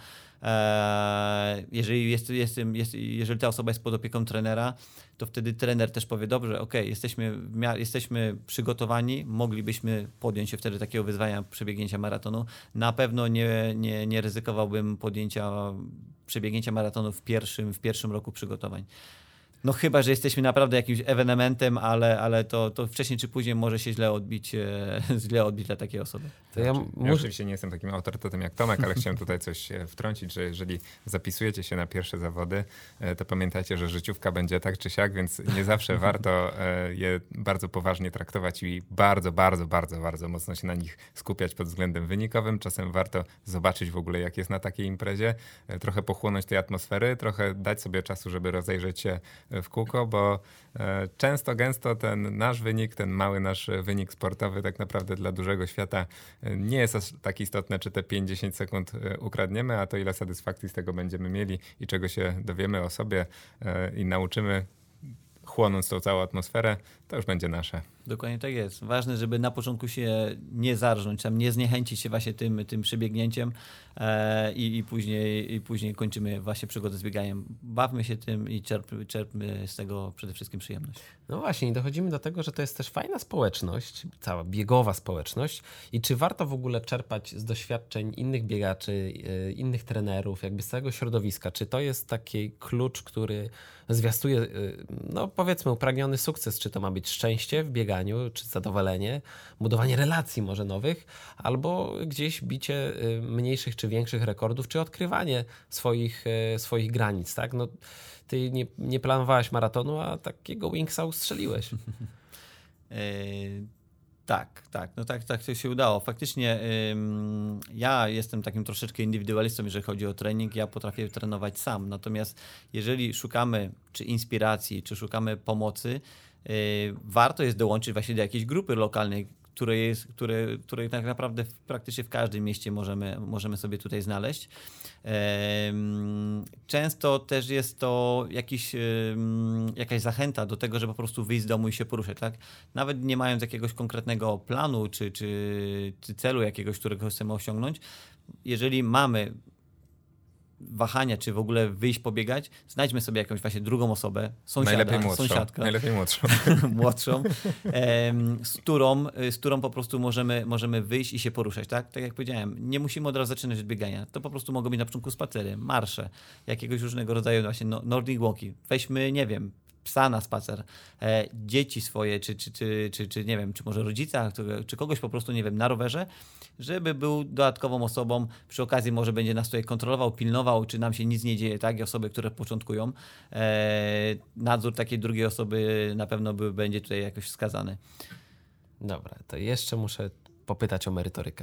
Jeżeli, jest, jest, jest, jeżeli ta osoba jest pod opieką trenera, to wtedy trener też powie, dobrze, ok, jesteśmy, jesteśmy przygotowani, moglibyśmy podjąć się wtedy takiego wyzwania przebiegnięcia maratonu. Na pewno nie, nie, nie ryzykowałbym podjęcia przebiegnięcia maratonu w pierwszym, w pierwszym roku przygotowań. No chyba, że jesteśmy naprawdę jakimś ewenementem, ale, ale to, to wcześniej czy później może się źle odbić, e, źle odbić dla takiej osoby. To ja, znaczy, ja oczywiście nie jestem takim autorytetem jak Tomek, ale chciałem tutaj coś wtrącić, że jeżeli zapisujecie się na pierwsze zawody, to pamiętajcie, że życiówka będzie tak czy siak, więc nie zawsze warto je bardzo poważnie traktować i bardzo, bardzo, bardzo, bardzo mocno się na nich skupiać pod względem wynikowym. Czasem warto zobaczyć w ogóle, jak jest na takiej imprezie, trochę pochłonąć tej atmosfery, trochę dać sobie czasu, żeby rozejrzeć się w kółko, bo e, często, gęsto ten nasz wynik, ten mały nasz wynik sportowy tak naprawdę dla dużego świata e, nie jest aż tak istotne, czy te pięć do dziesięciu sekund e, ukradniemy, a to ile satysfakcji z tego będziemy mieli i czego się dowiemy o sobie e, i nauczymy, chłonąc tą całą atmosferę, to już będzie nasze. Dokładnie tak jest. Ważne, żeby na początku się nie zarżnąć, tam nie zniechęcić się właśnie tym, tym przebiegnięciem e, i, i, później, i później kończymy właśnie przygodę z bieganiem. Bawmy się tym i czerp, czerpmy z tego przede wszystkim przyjemność. No właśnie i dochodzimy do tego, że to jest też fajna społeczność, cała biegowa społeczność i czy warto w ogóle czerpać z doświadczeń innych biegaczy, e, innych trenerów, jakby z całego środowiska? Czy to jest taki klucz, który zwiastuje, e, no powiedzmy, upragniony sukces? Czy to ma być szczęście w bieganiu, czy zadowolenie, budowanie relacji może nowych, albo gdzieś bicie mniejszych czy większych rekordów, czy odkrywanie swoich, swoich granic, tak? No, ty nie, nie planowałeś maratonu, a takiego wingsa ustrzeliłeś. Yy, tak, tak, no tak, tak to się udało. Faktycznie ym, ja jestem takim troszeczkę indywidualistą, jeżeli chodzi o trening, ja potrafię trenować sam, natomiast jeżeli szukamy czy inspiracji, czy szukamy pomocy, yy, warto jest dołączyć właśnie do jakiejś grupy lokalnej, które jest, które, które tak naprawdę w, praktycznie w każdym mieście możemy, możemy sobie tutaj znaleźć. Często też jest to jakiś, jakaś zachęta do tego, żeby po prostu wyjść z domu i się poruszać. Tak? Nawet nie mając jakiegoś konkretnego planu czy, czy, czy celu jakiegoś, którego chcemy osiągnąć, jeżeli mamy wahania, czy w ogóle wyjść pobiegać, znajdźmy sobie jakąś właśnie drugą osobę, sąsiada, najlepiej młodszą, sąsiadkę, najlepiej młodszą, młodszą em, z, którą, z którą po prostu możemy, możemy wyjść i się poruszać. Tak? Tak jak powiedziałem, nie musimy od razu zaczynać od biegania. To po prostu mogą być na początku spacery, marsze, jakiegoś różnego rodzaju właśnie no, Nordic Walki. Weźmy, nie wiem, psa na spacer, e, dzieci swoje, czy, czy, czy, czy, czy nie wiem, czy może rodzica, który, czy kogoś po prostu, nie wiem, na rowerze, żeby był dodatkową osobą, przy okazji może będzie nas tutaj kontrolował, pilnował, czy nam się nic nie dzieje, tak, i osoby, które początkują. E, nadzór takiej drugiej osoby na pewno by, będzie tutaj jakoś wskazany. Dobra, to jeszcze muszę popytać o merytorykę.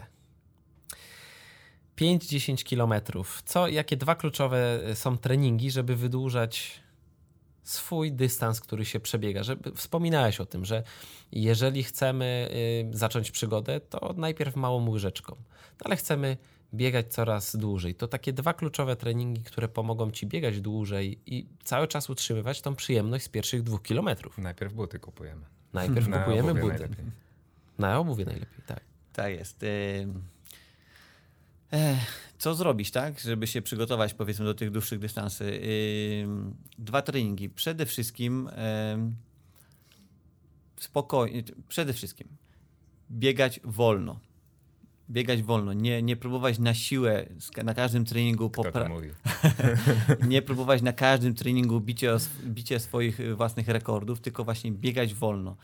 pięć do dziesięciu kilometrów. Co, jakie dwa kluczowe są treningi, żeby wydłużać swój dystans, który się przebiega? Żeby, wspominałeś o tym, że jeżeli chcemy y, zacząć przygodę, to najpierw małą łyżeczką, no, ale chcemy biegać coraz dłużej. To takie dwa kluczowe treningi, które pomogą ci biegać dłużej i cały czas utrzymywać tą przyjemność z pierwszych dwóch kilometrów. Najpierw buty kupujemy. Najpierw Na kupujemy obuwie buty. najlepiej. Na obuwie najlepiej, tak. Tak jest. Co zrobić, tak, żeby się przygotować, powiedzmy, do tych dłuższych dystansów? Dwa treningi. Przede wszystkim spokojnie, przede wszystkim biegać wolno. Biegać wolno, nie, nie próbować na siłę na każdym treningu Kto to popra- mówi? nie próbować na każdym treningu bicia, bicia swoich własnych rekordów, tylko właśnie biegać wolno.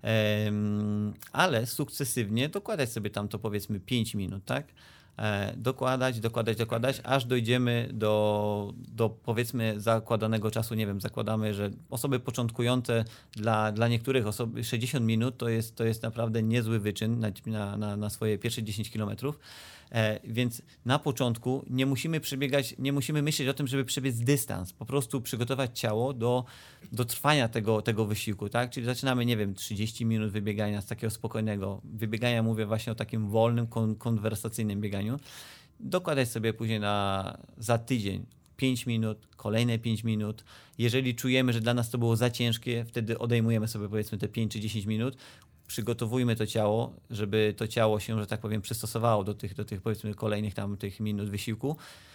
Um, ale sukcesywnie dokładać sobie tam to powiedzmy pięć minut, tak? E, dokładać, dokładać, dokładać, aż dojdziemy do, do powiedzmy zakładanego czasu, nie wiem, zakładamy, że osoby początkujące dla, dla niektórych osób sześćdziesiąt minut to jest, to jest naprawdę niezły wyczyn na, na, na swoje pierwsze dziesięć kilometrów. E, więc na początku nie musimy przebiegać, nie musimy myśleć o tym, żeby przebiec dystans, po prostu przygotować ciało do, do trwania tego, tego wysiłku, tak? Czyli zaczynamy, nie wiem, trzydzieści minut wybiegania z takiego spokojnego wybiegania, mówię właśnie o takim wolnym, kon, konwersacyjnym bieganiu. Dokładać sobie później na, za tydzień pięć minut, kolejne pięć minut. Jeżeli czujemy, że dla nas to było za ciężkie, wtedy odejmujemy sobie powiedzmy te pięć czy dziesięć minut. Przygotowujmy to ciało, żeby to ciało się, że tak powiem, przystosowało do tych, do tych powiedzmy kolejnych tam tych minut wysiłku.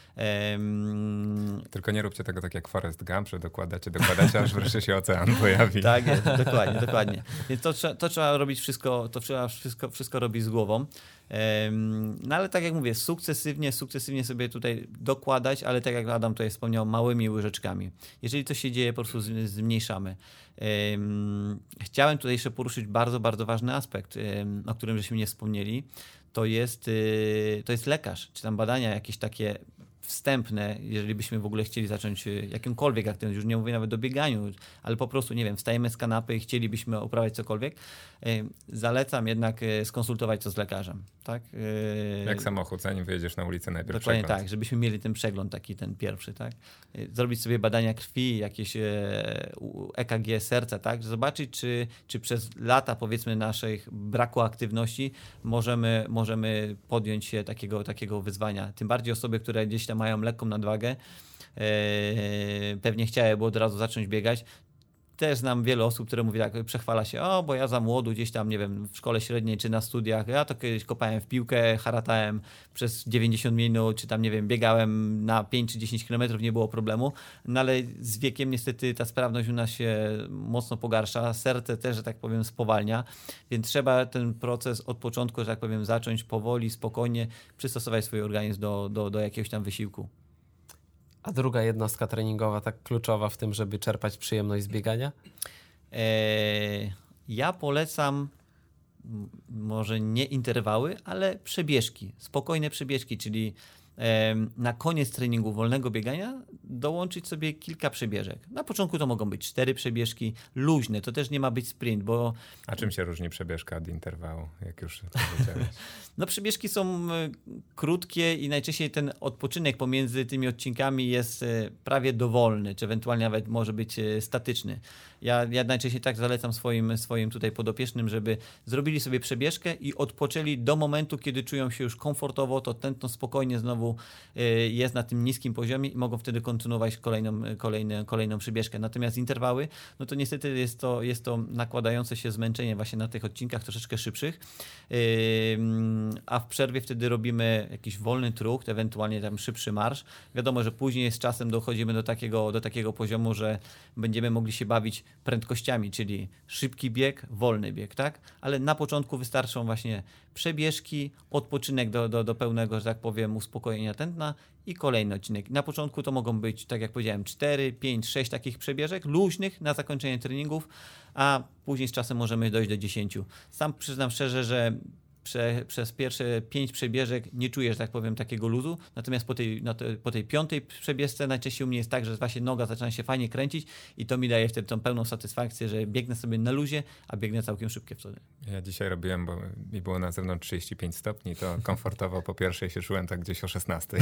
Um, Tylko nie róbcie tego tak jak Forrest Gump, że dokładacie, dokładacie, aż wreszcie się ocean pojawi. Tak jest, dokładnie, dokładnie. Więc to, to trzeba robić wszystko, to trzeba wszystko, wszystko robić z głową. Um, no ale tak jak mówię, sukcesywnie, sukcesywnie sobie tutaj dokładać, ale tak jak Adam tutaj wspomniał, małymi łyżeczkami. Jeżeli coś się dzieje, po prostu z, zmniejszamy. Um, chciałem tutaj jeszcze poruszyć bardzo, bardzo ważny aspekt, um, o którym żeśmy nie wspomnieli. To jest, y, to jest lekarz, czy tam badania jakieś takie wstępne, jeżeli byśmy w ogóle chcieli zacząć jakąkolwiek aktywność, już nie mówię nawet o bieganiu, ale po prostu, nie wiem, wstajemy z kanapy i chcielibyśmy uprawiać cokolwiek, zalecam jednak skonsultować to z lekarzem. Tak? Jak samochód, zanim wyjedziesz na ulicę, najpierw Dokładnie przegląd. tak, żebyśmy mieli ten przegląd taki, ten pierwszy, tak? Zrobić sobie badania krwi, jakieś E K G serca, tak? Zobaczyć, czy, czy przez lata, powiedzmy, naszych braku aktywności możemy, możemy podjąć się takiego, takiego wyzwania. Tym bardziej osoby, które gdzieś tam mają lekką nadwagę, pewnie chciałyby od razu zacząć biegać. Też znam wiele osób, które mówi tak, przechwala się, o, bo ja za młodu gdzieś tam, nie wiem, w szkole średniej czy na studiach, ja to kiedyś kopałem w piłkę, haratałem przez dziewięćdziesiąt minut, czy tam, nie wiem, biegałem na pięć czy dziesięć kilometrów, nie było problemu, no ale z wiekiem niestety ta sprawność u nas się mocno pogarsza, serce też, że tak powiem, spowalnia, więc trzeba ten proces od początku, że tak powiem, zacząć powoli, spokojnie, przystosować swój organizm do, do, do jakiegoś tam wysiłku. A druga jednostka treningowa tak kluczowa w tym, żeby czerpać przyjemność z biegania? Eee, ja polecam m, może nie interwały, ale przebieżki, spokojne przebieżki, czyli e, na koniec treningu wolnego biegania dołączyć sobie kilka przebieżek. Na początku to mogą być cztery przebieżki, luźne, to też nie ma być sprint, bo... A czym się różni przebieżka od interwału, jak już to powiedziałeś? No przebieżki są krótkie i najczęściej ten odpoczynek pomiędzy tymi odcinkami jest prawie dowolny, czy ewentualnie nawet może być statyczny. Ja, ja najczęściej tak zalecam swoim, swoim tutaj podopiecznym, żeby zrobili sobie przebieżkę i odpoczęli do momentu, kiedy czują się już komfortowo, to tętno spokojnie znowu jest na tym niskim poziomie i mogą wtedy kontynuować kolejną, kolejną, kolejną przebieżkę. Natomiast interwały, no to niestety jest to, jest to nakładające się zmęczenie właśnie na tych odcinkach troszeczkę szybszych. Yy, a w przerwie wtedy robimy jakiś wolny trucht, ewentualnie tam szybszy marsz. Wiadomo, że później z czasem dochodzimy do takiego, do takiego poziomu, że będziemy mogli się bawić prędkościami, czyli szybki bieg, wolny bieg, tak? Ale na początku wystarczą właśnie przebieżki, odpoczynek do, do, do pełnego, że tak powiem, uspokojenia tętna i kolejny odcinek. Na początku to mogą być, tak jak powiedziałem, cztery, pięć, sześć takich przebieżek luźnych na zakończenie treningów, a później z czasem możemy dojść do dziesięciu. Sam przyznam szczerze, że Prze, przez pierwsze pięć przebieżek nie czuję, że tak powiem, takiego luzu, natomiast po tej, no te, po tej piątej przebieżce najczęściej u mnie jest tak, że właśnie noga zaczyna się fajnie kręcić i to mi daje wtedy tą pełną satysfakcję, że biegnę sobie na luzie, a biegnę całkiem szybkie wtedy. Ja dzisiaj robiłem, bo mi było na zewnątrz trzydzieści pięć stopni, to komfortowo po pierwszej się czułem tak gdzieś o szesnastej.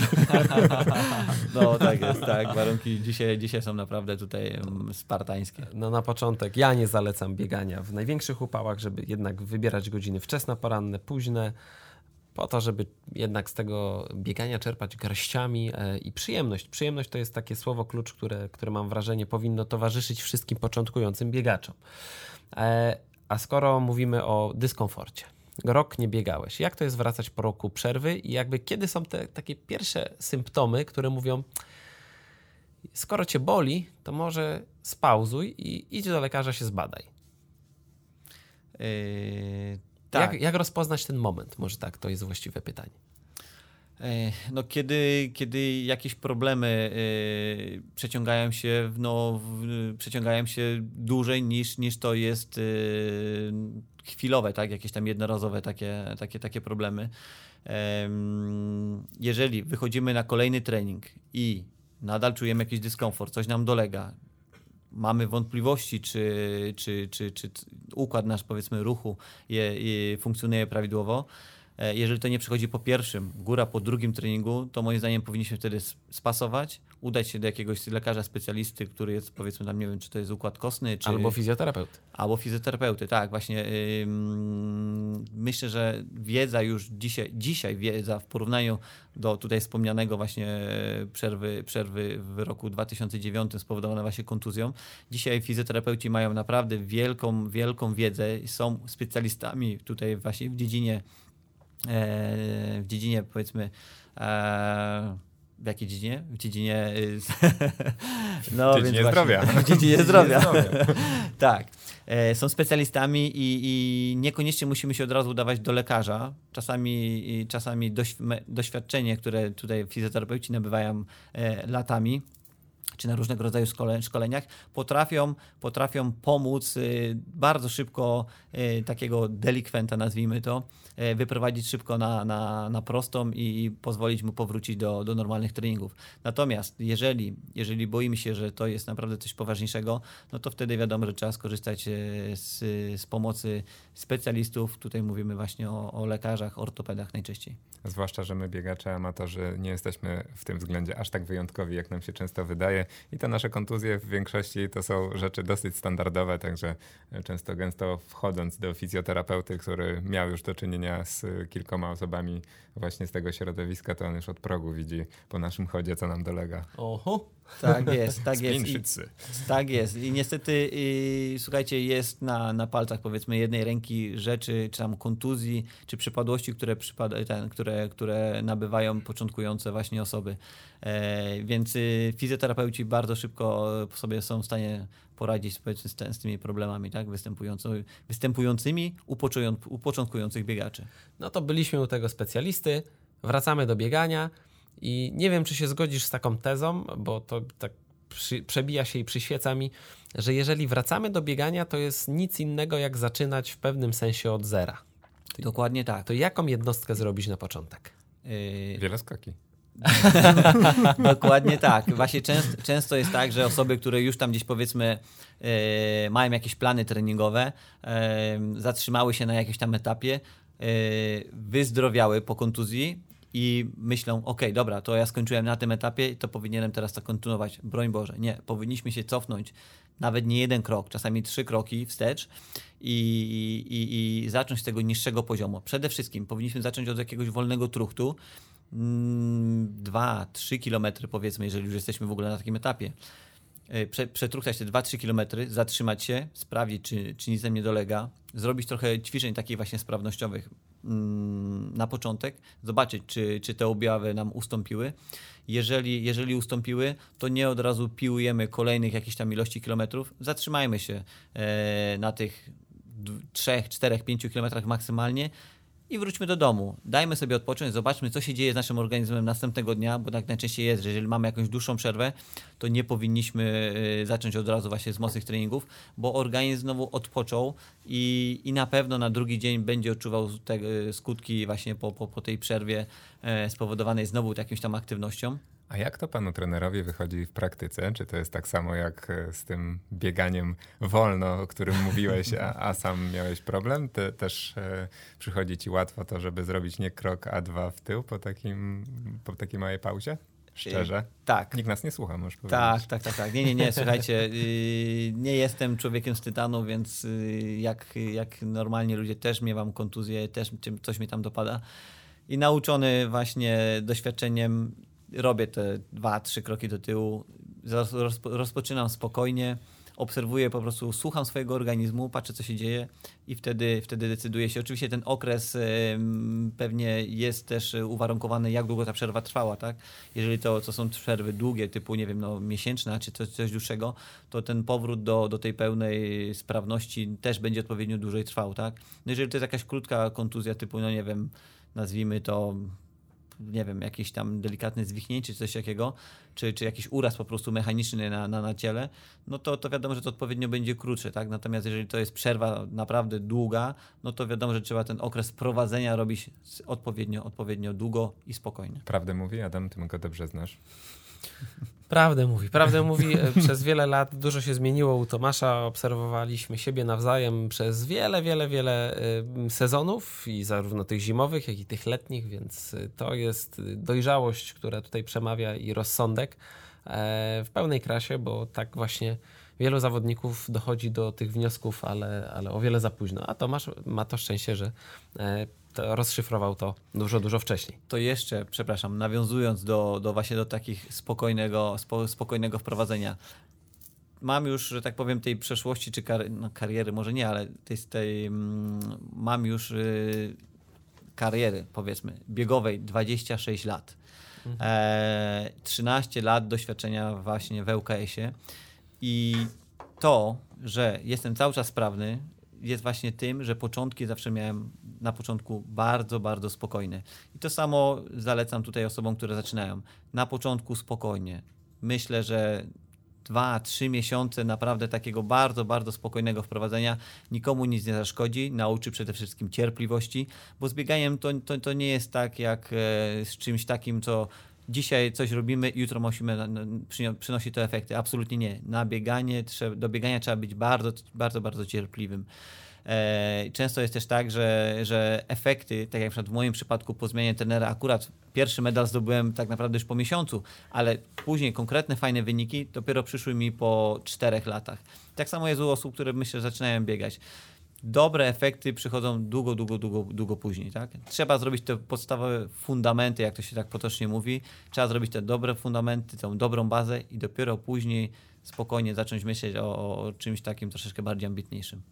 No tak jest, tak. Warunki dzisiaj, dzisiaj są naprawdę tutaj um, spartańskie. No na początek ja nie zalecam biegania w największych upałach, żeby jednak wybierać godziny wczesno-poranne, późne, po to, żeby jednak z tego biegania czerpać garściami e, i przyjemność. Przyjemność to jest takie słowo klucz, które, które mam wrażenie powinno towarzyszyć wszystkim początkującym biegaczom. E, a skoro mówimy o dyskomforcie, rok nie biegałeś. Jak to jest wracać po roku przerwy i jakby kiedy są te takie pierwsze symptomy, które mówią, skoro cię boli, to może spauzuj i idź do lekarza, się zbadaj. Yy, tak. Jak, jak rozpoznać ten moment? Może tak, to jest właściwe pytanie. No, kiedy, kiedy jakieś problemy yy, przeciągają się, no, w, przeciągają się dłużej niż, niż to jest yy, chwilowe, tak? Jakieś tam jednorazowe takie, takie, takie problemy. Yy, jeżeli wychodzimy na kolejny trening i nadal czujemy jakiś dyskomfort, coś nam dolega, mamy wątpliwości, czy, czy, czy, czy układ nasz, powiedzmy, ruchu je, je funkcjonuje prawidłowo. Jeżeli to nie przychodzi po pierwszym, góra po drugim treningu, to moim zdaniem powinniśmy wtedy spasować, udać się do jakiegoś lekarza specjalisty, który jest, powiedzmy tam, nie wiem, czy to jest układ kostny, czy... Albo fizjoterapeuty. Albo fizjoterapeuty, tak, właśnie. Yy, myślę, że wiedza już dzisiaj, dzisiaj wiedza w porównaniu do tutaj wspomnianego właśnie przerwy, przerwy w roku dwa tysiące dziewiątym spowodowana właśnie kontuzją. Dzisiaj fizjoterapeuci mają naprawdę wielką, wielką wiedzę i są specjalistami tutaj właśnie w dziedzinie w dziedzinie, powiedzmy, w jakiej dziedzinie? W dziedzinie no, w dziedzinie zdrowia. W dziedzinie zdrowia. Tak. Są specjalistami i, i niekoniecznie musimy się od razu udawać do lekarza. Czasami, czasami doświadczenie, które tutaj fizjoterapeuci nabywają latami, czy na różnego rodzaju szkole, szkoleniach, potrafią, potrafią pomóc y, bardzo szybko y, takiego delikwenta, nazwijmy to, y, wyprowadzić szybko na, na, na prostą i pozwolić mu powrócić do, do normalnych treningów. Natomiast jeżeli, jeżeli boimy się, że to jest naprawdę coś poważniejszego, no to wtedy wiadomo, że trzeba skorzystać y, z, z pomocy specjalistów. Tutaj mówimy właśnie o, o lekarzach, ortopedach najczęściej. Zwłaszcza, że my biegacze, amatorzy nie jesteśmy w tym względzie aż tak wyjątkowi, jak nam się często wydaje. I te nasze kontuzje w większości to są rzeczy dosyć standardowe, także często gęsto wchodząc do fizjoterapeuty, który miał już do czynienia z kilkoma osobami właśnie z tego środowiska, to on już od progu widzi po naszym chodzie, co nam dolega. Oho. Tak jest, tak jest. I, tak jest. I niestety, i, słuchajcie, jest na, na palcach, powiedzmy, jednej ręki rzeczy, czy tam kontuzji, czy przypadłości, które, przypad- ten, które, które nabywają początkujące właśnie osoby. E, więc y, fizjoterapeuci bardzo szybko sobie są w stanie poradzić, powiedzmy, z, z tymi problemami, tak, występujący, występującymi u, począt, u początkujących biegaczy. No to byliśmy u tego specjalisty, wracamy do biegania. I nie wiem, czy się zgodzisz z taką tezą, bo to tak przy, przebija się i przyświeca mi, że jeżeli wracamy do biegania, to jest nic innego jak zaczynać w pewnym sensie od zera. To, Dokładnie tak. To jaką jednostkę zrobić na początek? Yy... Wieloskoki. Dokładnie tak. Właśnie często, często jest tak, że osoby, które już tam gdzieś, powiedzmy, yy, mają jakieś plany treningowe, yy, zatrzymały się na jakimś tam etapie, yy, wyzdrowiały po kontuzji, i myślą, ok, dobra, to ja skończyłem na tym etapie, to powinienem teraz to kontynuować. Broń Boże, nie. Powinniśmy się cofnąć nawet nie jeden krok, czasami trzy kroki wstecz i, i, i zacząć z tego niższego poziomu. Przede wszystkim powinniśmy zacząć od jakiegoś wolnego truchtu, dwa trzy kilometry, powiedzmy, jeżeli już jesteśmy w ogóle na takim etapie. Prze, przetruchtać te dwa trzy kilometry, zatrzymać się, sprawdzić, czy, czy nic ze mnie dolega, zrobić trochę ćwiczeń takich właśnie sprawnościowych mm, na początek, zobaczyć, czy, czy te objawy nam ustąpiły. Jeżeli, jeżeli ustąpiły, to nie od razu piłujemy kolejnych jakichś tam ilości kilometrów, zatrzymajmy się e, na tych trzech, czterech, pięciu kilometrach maksymalnie i wróćmy do domu. Dajmy sobie odpocząć, zobaczmy, co się dzieje z naszym organizmem następnego dnia, bo tak najczęściej jest, że jeżeli mamy jakąś dłuższą przerwę, to nie powinniśmy zacząć od razu właśnie z mocnych treningów, bo organizm znowu odpoczął i, i na pewno na drugi dzień będzie odczuwał te skutki właśnie po, po, po tej przerwie spowodowanej znowu jakąś tam aktywnością. A jak to panu trenerowi wychodzi w praktyce? Czy to jest tak samo jak z tym bieganiem wolno, o którym mówiłeś, a, a sam miałeś problem? Te, też e, przychodzi ci łatwo to, żeby zrobić nie krok, a dwa w tył po, takim, po takiej małej pauzie? Szczerze? Yy, tak. Nikt nas nie słucha, możesz powiedzieć. Tak, tak, tak, tak. Nie, nie, nie, słuchajcie, yy, nie jestem człowiekiem z tytanu, więc yy, jak, jak normalnie ludzie też miewam kontuzję, też coś mnie tam dopada. I nauczony właśnie doświadczeniem robię te dwa, trzy kroki do tyłu, rozpoczynam spokojnie, obserwuję po prostu, słucham swojego organizmu, patrzę co się dzieje i wtedy, wtedy decyduję się. Oczywiście ten okres pewnie jest też uwarunkowany, jak długo ta przerwa trwała, tak? Jeżeli to, to są przerwy długie, typu nie wiem, no, miesięczna czy coś, coś dłuższego, to ten powrót do, do tej pełnej sprawności też będzie odpowiednio dłużej trwał, tak? No jeżeli to jest jakaś krótka kontuzja typu, no nie wiem, nazwijmy to, nie wiem, jakieś tam delikatne zwichnięcie czy coś takiego, czy, czy jakiś uraz po prostu mechaniczny na, na, na ciele, no to, to wiadomo, że to odpowiednio będzie krótsze, tak? Natomiast jeżeli to jest przerwa naprawdę długa, no to wiadomo, że trzeba ten okres prowadzenia robić odpowiednio, odpowiednio długo i spokojnie. Prawdę mówi Adam, ty go dobrze znasz. Prawdę mówi. Prawdę mówi. Przez wiele lat dużo się zmieniło u Tomasza. Obserwowaliśmy siebie nawzajem przez wiele, wiele, wiele sezonów i zarówno tych zimowych, jak i tych letnich, więc to jest dojrzałość, która tutaj przemawia i rozsądek w pełnej krasie, bo tak właśnie wielu zawodników dochodzi do tych wniosków, ale, ale o wiele za późno. A Tomasz ma to szczęście, że to rozszyfrował to dużo, dużo wcześniej. To jeszcze, przepraszam, nawiązując do, do właśnie do takich spokojnego, spo, spokojnego wprowadzenia. Mam już, że tak powiem, tej przeszłości, czy kar- no, kariery, może nie, ale tej, tej mm, mam już y, kariery, powiedzmy, biegowej dwadzieścia sześć lat. Mhm. E, trzynaście lat doświadczenia właśnie w L K S-ie i to, że jestem cały czas sprawny, jest właśnie tym, że początki zawsze miałem na początku bardzo, bardzo spokojne. I to samo zalecam tutaj osobom, które zaczynają. Na początku spokojnie. Myślę, że dwa, trzy miesiące naprawdę takiego bardzo, bardzo spokojnego wprowadzenia nikomu nic nie zaszkodzi. Nauczy przede wszystkim cierpliwości, bo z bieganiem to, to, to nie jest tak jak e, z czymś takim, co dzisiaj coś robimy, jutro musimy, przynosi to efekty. Absolutnie nie. Na bieganie, do biegania trzeba być bardzo, bardzo, bardzo cierpliwym. Często jest też tak, że, że efekty, tak jak na przykład w moim przypadku po zmianie trenera, akurat pierwszy medal zdobyłem tak naprawdę już po miesiącu, ale później konkretne, fajne wyniki dopiero przyszły mi po czterech latach. Tak samo jest u osób, które myślę, że zaczynają biegać. Dobre efekty przychodzą długo, długo, długo, długo później. Tak? Trzeba zrobić te podstawowe fundamenty, jak to się tak potocznie mówi. Trzeba zrobić te dobre fundamenty, tą dobrą bazę i dopiero później spokojnie zacząć myśleć o, o czymś takim troszeczkę bardziej ambitniejszym.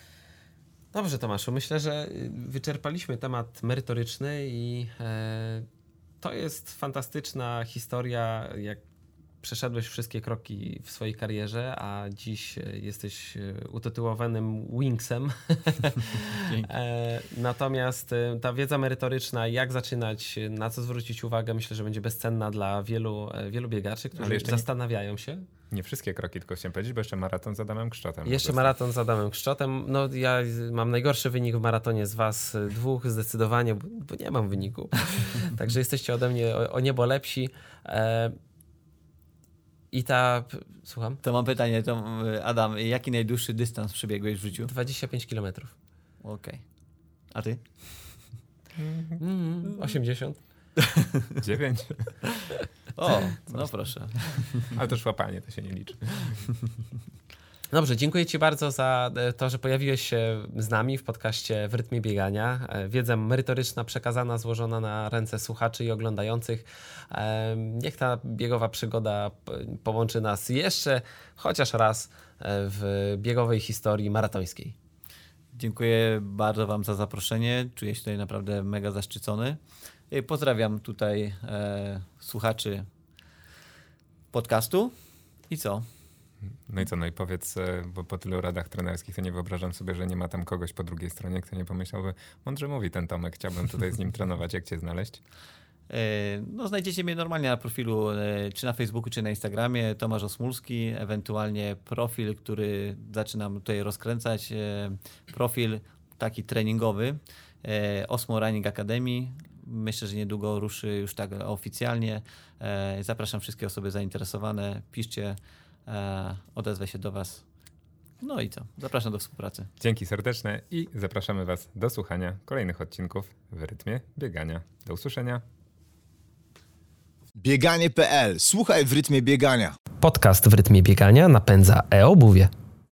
Dobrze, Tomaszu. Myślę, że wyczerpaliśmy temat merytoryczny i e, to jest fantastyczna historia, jak przeszedłeś wszystkie kroki w swojej karierze, a dziś jesteś utytułowanym Wingsem. e, natomiast ta wiedza merytoryczna, jak zaczynać, na co zwrócić uwagę, myślę, że będzie bezcenna dla wielu, wielu biegaczy, którzy zastanawiają nie, się. Nie wszystkie kroki, tylko chciałem powiedzieć, bo jeszcze maraton z Adamem Kszczotem. Jeszcze maraton z Adamem Kszczotem. No ja mam najgorszy wynik w maratonie z was dwóch zdecydowanie, bo, bo nie mam wyniku. Także jesteście ode mnie o, o niebo lepsi. E, I ta... Słucham? To mam pytanie, to Adam, jaki najdłuższy dystans przebiegłeś w życiu? dwadzieścia pięć kilometrów. Okej. Okay. A ty? Mm, osiemdziesiąt. dziewięć. O, no proszę. Ale to szłapanie, to się nie liczy. Dobrze, dziękuję ci bardzo za to, że pojawiłeś się z nami w podcaście W rytmie biegania. Wiedza merytoryczna przekazana, złożona na ręce słuchaczy i oglądających. Niech ta biegowa przygoda połączy nas jeszcze chociaż raz w biegowej historii maratońskiej. Dziękuję bardzo wam za zaproszenie. Czuję się tutaj naprawdę mega zaszczycony. Pozdrawiam tutaj e, słuchaczy podcastu. I co? No i co, no i powiedz, bo po tylu radach trenerskich to nie wyobrażam sobie, że nie ma tam kogoś po drugiej stronie, kto nie pomyślałby, mądrze mówi ten Tomek, chciałbym tutaj z nim trenować. Jak cię znaleźć? No, znajdziecie mnie normalnie na profilu, czy na Facebooku, czy na Instagramie, Tomasz Osmulski, ewentualnie profil, który zaczynam tutaj rozkręcać, profil taki treningowy, Osmo Running Academy. Myślę, że niedługo ruszy już tak oficjalnie. Zapraszam wszystkie osoby zainteresowane, piszcie, odezwę się do was. No i co? Zapraszam do współpracy. Dzięki serdeczne i zapraszamy was do słuchania kolejnych odcinków w rytmie biegania. Do usłyszenia. bieganie kropka p l. Słuchaj w rytmie biegania. Podcast W rytmie biegania napędza e-obuwie.